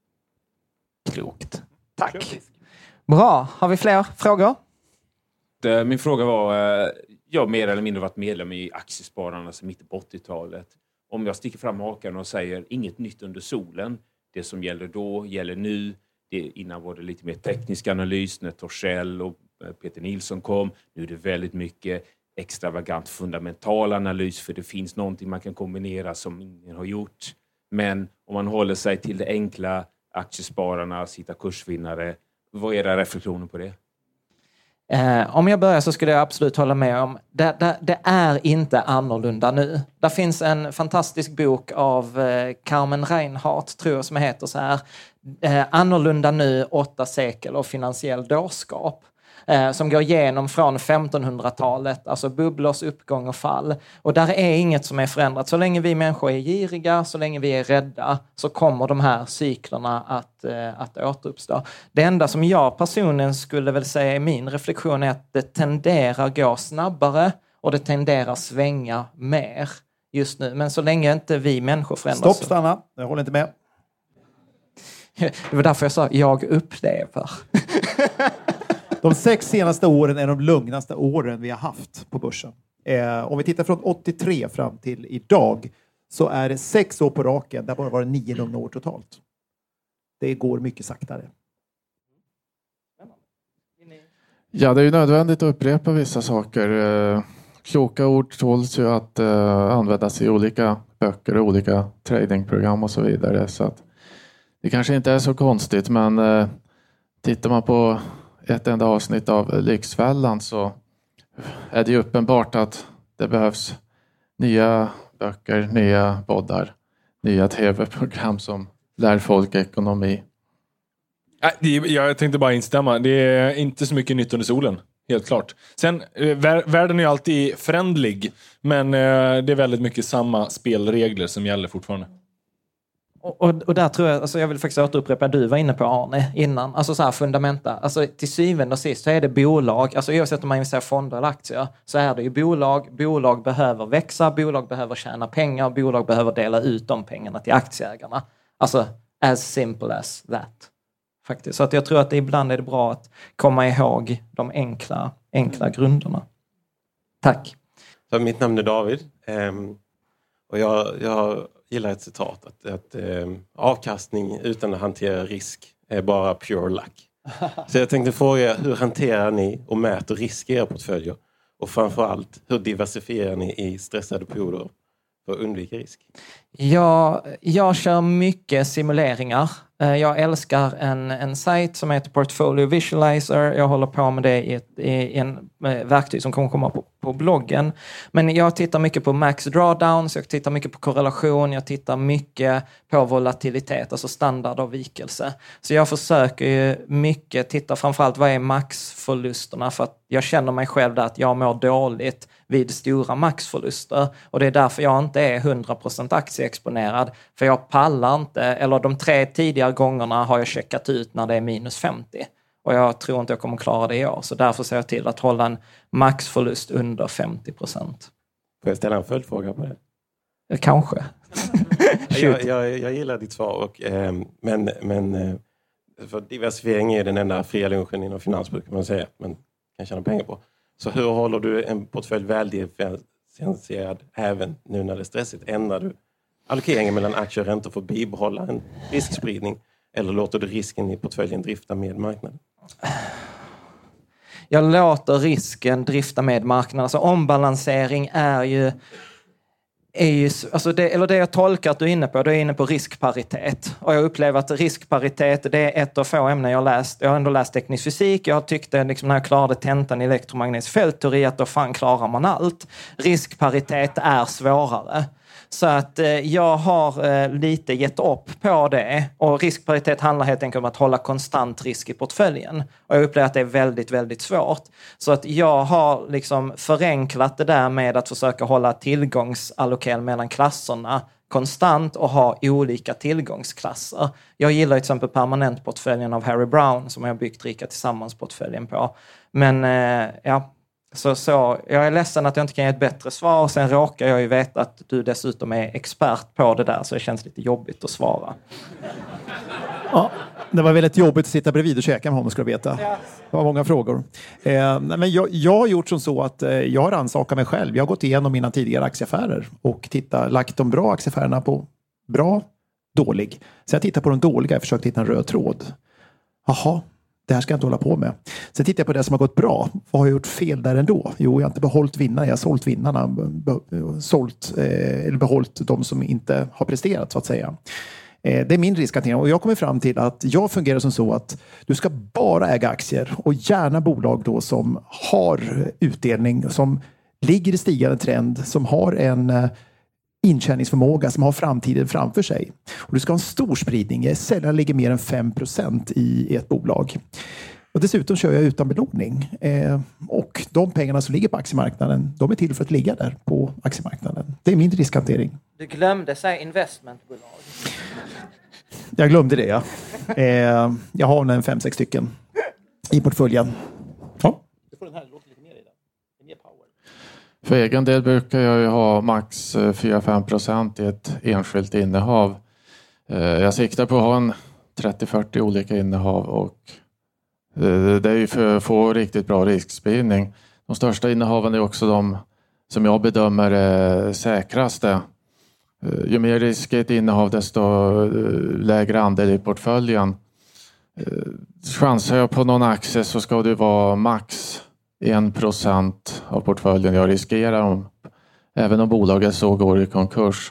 Klokt. Tack. Bra, har vi fler frågor? Min fråga var, jag har mer eller mindre varit medlem i Aktiespararna sedan mitten på 80-talet. Om jag sticker fram hakan och säger inget nytt under solen, det som gäller då gäller nu. Innan var det lite mer teknisk analys när Torshäll och Peter Nilsson kom. Nu är det väldigt mycket extravagant fundamental analys för det finns någonting man kan kombinera som ingen har gjort. Men om man håller sig till det enkla, Aktiespararna, sitta kursvinnare, vad är era reflektioner på det? Om jag börjar så skulle jag absolut hålla med om det är inte annorlunda nu. Det finns en fantastisk bok av Carmen Reinhardt, tror jag som heter så här. Annorlunda nu, 8 sekel och finansiell dårskap. Som går igenom från 1500-talet, alltså bubblors uppgång och fall. Och där är inget som är förändrat. Så länge vi människor är giriga, så länge vi är rädda, så kommer de här cyklerna att återuppstå. Det enda som jag personligen skulle väl säga i min reflektion är att det tenderar gå snabbare och det tenderar svänga mer just nu. Men så länge inte vi människor förändras... Stopp, stanna. Jag håller inte med. Det var därför jag sa, jag upplever. De 6 senaste åren är de lugnaste åren vi har haft på börsen. Om vi tittar från 83 fram till idag så är det 6 år på raken. Där bara var det 9 lugna år totalt. Det går mycket saktare. Ja, det är ju nödvändigt att upprepa vissa saker. Kloka ord tåls ju att användas i olika böcker och olika tradingprogram och så vidare. Så att det kanske inte är så konstigt, men tittar man på ett enda avsnitt av Lyxfällan så är det ju uppenbart att det behövs nya böcker, nya poddar, nya tv-program som lär folk ekonomi. Jag tänkte bara instämma. Det är inte så mycket nytt under solen. Helt klart. Sen, världen är ju alltid förändlig. Men det är väldigt mycket samma spelregler som gäller fortfarande. Och där tror jag, alltså jag vill faktiskt återupprepa, du var inne på Arne innan, alltså så här fundamenta, alltså till syvende och sist så är det bolag, alltså oavsett om man investerar fonder eller aktier, så är det ju bolag behöver växa, bolag behöver tjäna pengar, bolag behöver dela ut de pengarna till aktieägarna. Alltså as simple as that. Faktiskt. Så att jag tror att ibland är det bra att komma ihåg de enkla grunderna. Tack. Så mitt namn är David och jag gillar ett citat att avkastning utan att hantera risk är bara pure luck. Så jag tänkte fråga, hur hanterar ni och mäter risk i era portföljer? Och framförallt, hur diversifierar ni i stressade perioder för att undvika risk? Jag kör mycket simuleringar. Jag älskar en sajt som heter Portfolio Visualizer. Jag håller på med det i en verktyg som kommer komma på bloggen. Men jag tittar mycket på max drawdowns, jag tittar mycket på korrelation, jag tittar mycket på volatilitet, alltså standardavvikelse. Så jag försöker ju mycket titta framförallt vad är maxförlusterna, för att jag känner mig själv där att jag mår dåligt vid stora maxförluster. Och det är därför jag inte är 100% aktieexponerad. För jag pallar inte, eller de 3 tidigare gångerna har jag checkat ut när det är minus 50. Och jag tror inte jag kommer klara det i år. Så därför ser jag till att hålla en maxförlust under 50%. Får jag ställa en följdfråga på det? Kanske. jag gillar ditt svar. Och, men för diversifiering är den enda fria lunchen inom finansbruk, kan man säga. Man kan tjäna pengar på. Så hur håller du en portfölj väldifferentierad även nu när det är stressigt? Ändrar du allokeringen mellan aktier och räntor för att bibehålla en riskspridning? Eller låter du risken i portföljen drifta med marknaden? Jag låter risken drifta med marknaden. Alltså ombalansering är ju alltså det jag tolkar att du är inne på, då är jag inne på riskparitet. Och jag upplever att riskparitet, det är ett av få ämnen jag har läst. Jag har ändå läst teknisk fysik. Jag tyckte liksom när jag klarade tentan i elektromagnetisk fältteori att då fan klarar man allt. Riskparitet är svårare. Så att jag har lite gett upp på det. Och riskparitet handlar helt enkelt om att hålla konstant risk i portföljen. Och jag upplever att det är väldigt, väldigt svårt. Så att jag har liksom förenklat det där med att försöka hålla tillgångsallokering mellan klasserna konstant och ha olika tillgångsklasser. Jag gillar till exempel permanentportföljen av Harry Brown som jag har byggt Rika Tillsammans-portföljen på. Men ja... Så jag är ledsen att jag inte kan ge ett bättre svar. Sen råkar jag ju veta att du dessutom är expert på det där. Så det känns lite jobbigt att svara. Ja, det var väldigt jobbigt att sitta bredvid och käka med honom, ska du veta. Det var många frågor. Men jag har gjort som så att jag har ansvakat mig själv. Jag har gått igenom mina tidigare aktieaffärer och lagt de bra aktieaffärerna på bra, dålig. Så jag tittar på de dåliga och försökt hitta en röd tråd. Jaha. Det här ska jag inte hålla på med. Sen tittar jag på det som har gått bra. Vad har jag gjort fel där ändå? Jo, jag har inte behållit vinnarna. Jag har sålt vinnarna. Eller behållit de som inte har presterat, så att säga. Det är min riskhantering. Och jag kommer fram till att jag fungerar som så att du ska bara äga aktier. Och gärna bolag då som har utdelning. Som ligger i stigande trend. Som har en intjäningsförmåga, som har framtiden framför sig. Och du ska ha en stor spridning. Sällan ligger mer än 5% i ett bolag. Och dessutom kör jag utan belåning. Och de pengarna som ligger på aktiemarknaden, de är till för att ligga där på aktiemarknaden. Det är min riskhantering. Du glömde säga investmentbolag. Jag glömde det, ja. Jag har en 5-6 stycken i portföljen. Ja. Du får den här låta lite mer i den. Mer power. För egen del brukar jag ju ha max 4-5% i ett enskilt innehav. Jag siktar på att ha en 30-40 olika innehav och det är ju för att få riktigt bra riskspridning. De största innehaven är också de som jag bedömer är säkraste. Ju mer risk i ett innehav desto lägre andel i portföljen. Chansar jag på någon aktie så ska det vara max 1% av portföljen jag riskerar även om bolaget så går i konkurs.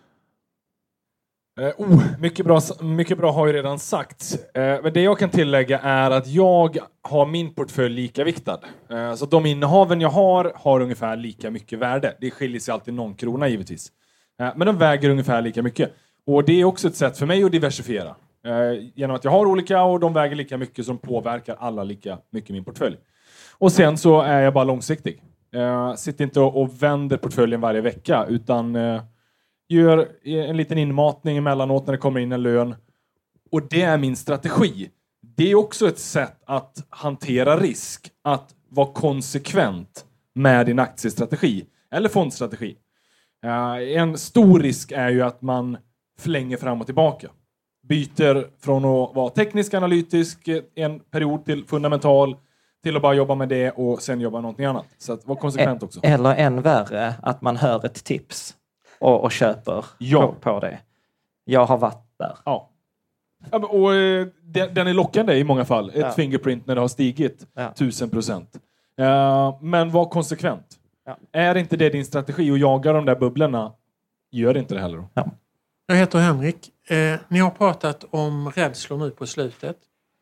Mycket bra har ju redan sagt. Men det jag kan tillägga är att jag har min portfölj lika viktad. Så de innehaven jag har ungefär lika mycket värde. Det skiljer sig alltid någon krona givetvis. Men de väger ungefär lika mycket. Och det är också ett sätt för mig att diversifiera. Genom att jag har olika och de väger lika mycket som påverkar alla lika mycket i min portfölj. Och sen så är jag bara långsiktig. Sitter inte och vänder portföljen varje vecka utan gör en liten inmatning emellanåt när det kommer in en lön. Och det är min strategi. Det är också ett sätt att hantera risk. Att vara konsekvent med din aktiestrategi eller fondstrategi. En stor risk är ju att man förlänger fram och tillbaka. Byter från att vara teknisk analytisk en period till fundamental till att bara jobba med det och sen jobba någonting annat. Så att vara konsekvent också. Eller än värre, att man hör ett tips och köper på det. Jag har varit där. Ja. Och den är lockande i många fall. Ett fingerprint när det har stigit 1000%. Men var konsekvent. Är inte det din strategi att jaga de där bubblorna, gör inte det heller då. Ja. Jag heter Henrik. Ni har pratat om rädslor nu på slutet.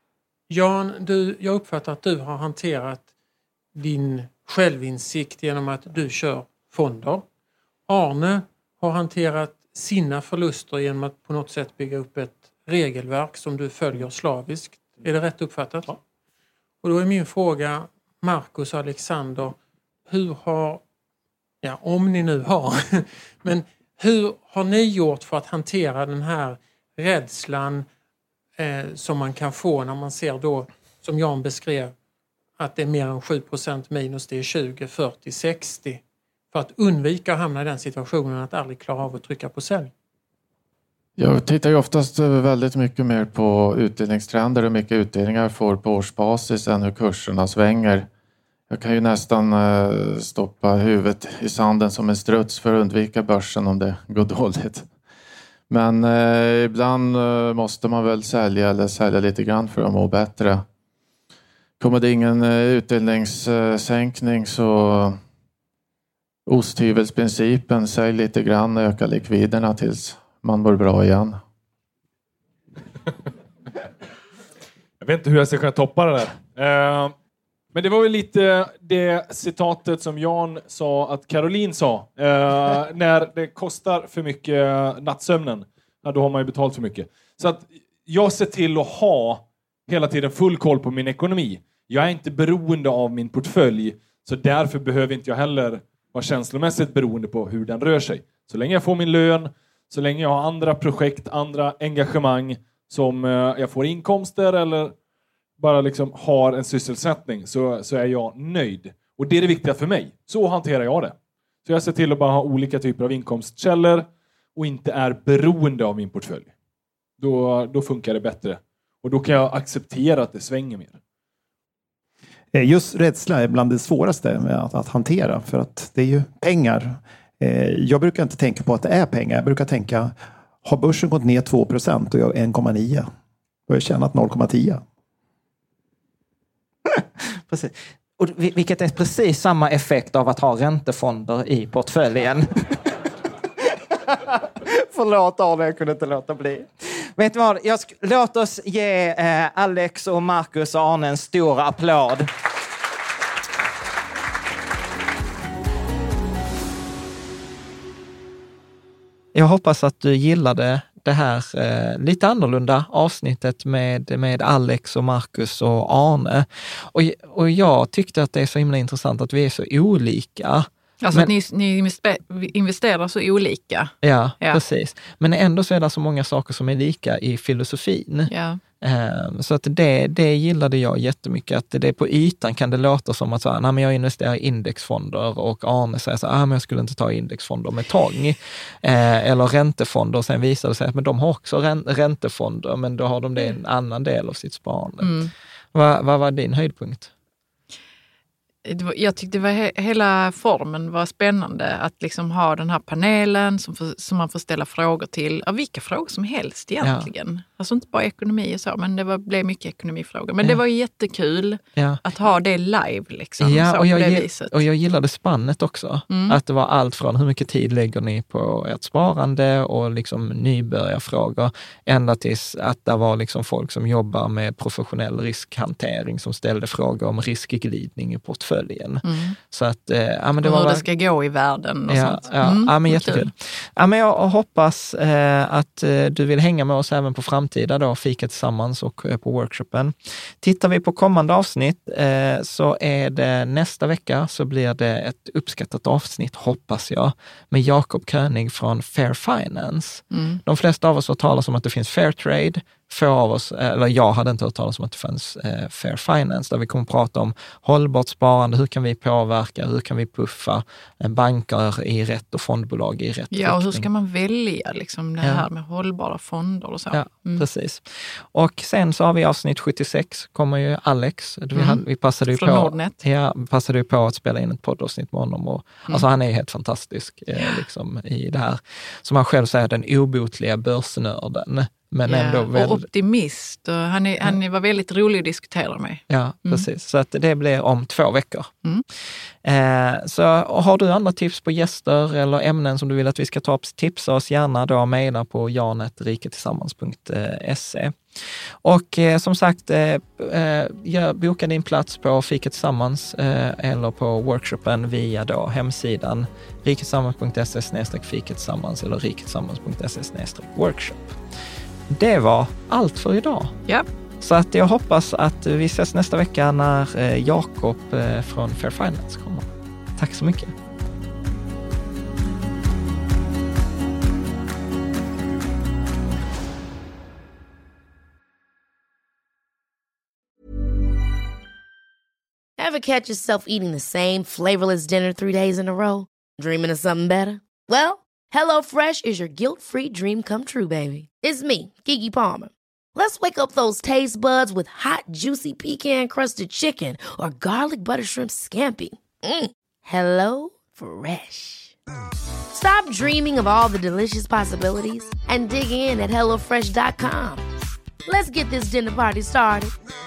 Jan, jag uppfattar att du har hanterat din självinsikt genom att du kör fonder. Arne har hanterat sina förluster genom att på något sätt bygga upp ett regelverk som du följer slaviskt. Är det rätt uppfattat? Ja. Och då är min fråga, Marcus och Alexander, hur har, om ni nu har, men hur har ni gjort för att hantera den här rädslan som man kan få när man ser då, som Jan beskrev, att det är mer än 7% minus, det är 20, 40, 60. För att undvika att hamna i den situationen att aldrig klara av att trycka på sälj. Jag tittar ju oftast väldigt mycket mer på utdelningstrender och mycket utdelningar får på årsbasis än hur kurserna svänger. Jag kan ju nästan stoppa huvudet i sanden som en struts för att undvika börsen om det går dåligt. Men ibland måste man väl sälja eller sälja lite grann för att må bättre. Kommer det ingen utdelningssänkning så osthyvelsprincipen, sälj lite grann och öka likviderna tills man mår bra igen. Jag vet inte hur jag ska kunna toppa det där. Men det var väl lite det citatet som Jan sa att Caroline sa. När det kostar för mycket nattsömnen, då har man ju betalt för mycket. Så att jag ser till att ha hela tiden full koll på min ekonomi. Jag är inte beroende av min portfölj. Så därför behöver inte jag heller vara känslomässigt beroende på hur den rör sig. Så länge jag får min lön, så länge jag har andra projekt, andra engagemang som jag får inkomster eller bara liksom har en sysselsättning så är jag nöjd. Och det är det viktiga för mig. Så hanterar jag det. Så jag ser till att bara ha olika typer av inkomstkällor och inte är beroende av min portfölj. Då funkar det bättre. Och då kan jag acceptera att det svänger mer. Just rädsla är bland det svåraste med att hantera. För att det är ju pengar. Jag brukar inte tänka på att det är pengar. Jag brukar tänka, har börsen gått ner 2% och jag 1,9? Då har jag tjänat 0,10. Precis. Och vilket är precis samma effekt av att ha räntefonder i portföljen. Förlåt Arne, jag kunde inte låta bli. Vet du vad? Låt oss ge Alex och Marcus och Arne en stor applåd. Jag hoppas att du gillade det här lite annorlunda avsnittet med Alex och Marcus och Arne. Och jag tyckte att det är så himla intressant att vi är så olika. Alltså att ni investerar så olika. Ja, precis. Men ändå så är det så många saker som är lika i filosofin. Ja. Så att det gillade jag jättemycket. Att det på ytan kan det låta som att men jag investerar i indexfonder och Arne säger så men jag skulle inte ta indexfonder med tång. Eller räntefonder och sen visar det sig att men de har också räntefonder men då har de det en annan del av sitt sparande. Mm. Vad var din höjdpunkt? Jag tyckte hela formen var spännande att liksom ha den här panelen som man får ställa frågor till. Av vilka frågor som helst egentligen. Ja. Alltså inte bara ekonomi och så, men det blev mycket ekonomifrågor. Men det var jättekul att ha det live liksom. Ja, så och viset. Och jag gillade spannet också. Mm. Att det var allt från hur mycket tid lägger ni på ert sparande och liksom nybörjarfrågor ända tills att det var liksom folk som jobbar med professionell riskhantering som ställde frågor om riskglidning i portföljen. Så att, men det och var hur det ska gå i världen och sånt. Men jättekul. Men jag hoppas att du vill hänga med oss även på framtida då, Fika tillsammans och på workshopen. Tittar vi på kommande avsnitt så är det nästa vecka så blir det ett uppskattat avsnitt, hoppas jag, med Jakob König från Fair Finance. De flesta av oss har talat om att det finns Fair Trade. Få av oss, eller jag hade inte hört talas om att det fanns Fair Finance, där vi kommer att prata om hållbart sparande, hur kan vi påverka, hur kan vi puffa banker i rätt och fondbolag i rätt riktning. Ja, och hur ska man välja liksom det här med hållbara fonder och så. Ja, precis. Och sen så har vi avsnitt 76, kommer ju Alex. Vi passade ju från Nordnet. Ja, passade ju på att spela in ett poddavsnitt med honom. Och, alltså han är ju helt fantastisk liksom, i det här. Som han själv säger, den obotliga börsnörden. Men ändå och optimist. Och han var väldigt rolig att diskutera med. Ja, precis. Så att det blir om 2 veckor. Så har du andra tips på gäster eller ämnen som du vill att vi ska ta upp, tipsa oss gärna då, mejla på janetriketillsammans.se. Och som sagt, boka din plats på Fika tillsammans eller på workshopen via då hemsidan riketillsammans.se/fika tillsammans eller riketillsammans.se/workshop. Det var allt för idag. Ja. Så att jag hoppas att vi ses nästa vecka när Jakob från Fair Finance kommer. Tack så mycket. Ever catch yourself eating the same flavorless dinner 3 days in a row? Dreaming of something better? Well, HelloFresh is your guilt-free dream come true, baby. It's me, Keke Palmer. Let's wake up those taste buds with hot, juicy pecan-crusted chicken or garlic butter shrimp scampi. Hello Fresh. Stop dreaming of all the delicious possibilities and dig in at HelloFresh.com. Let's get this dinner party started.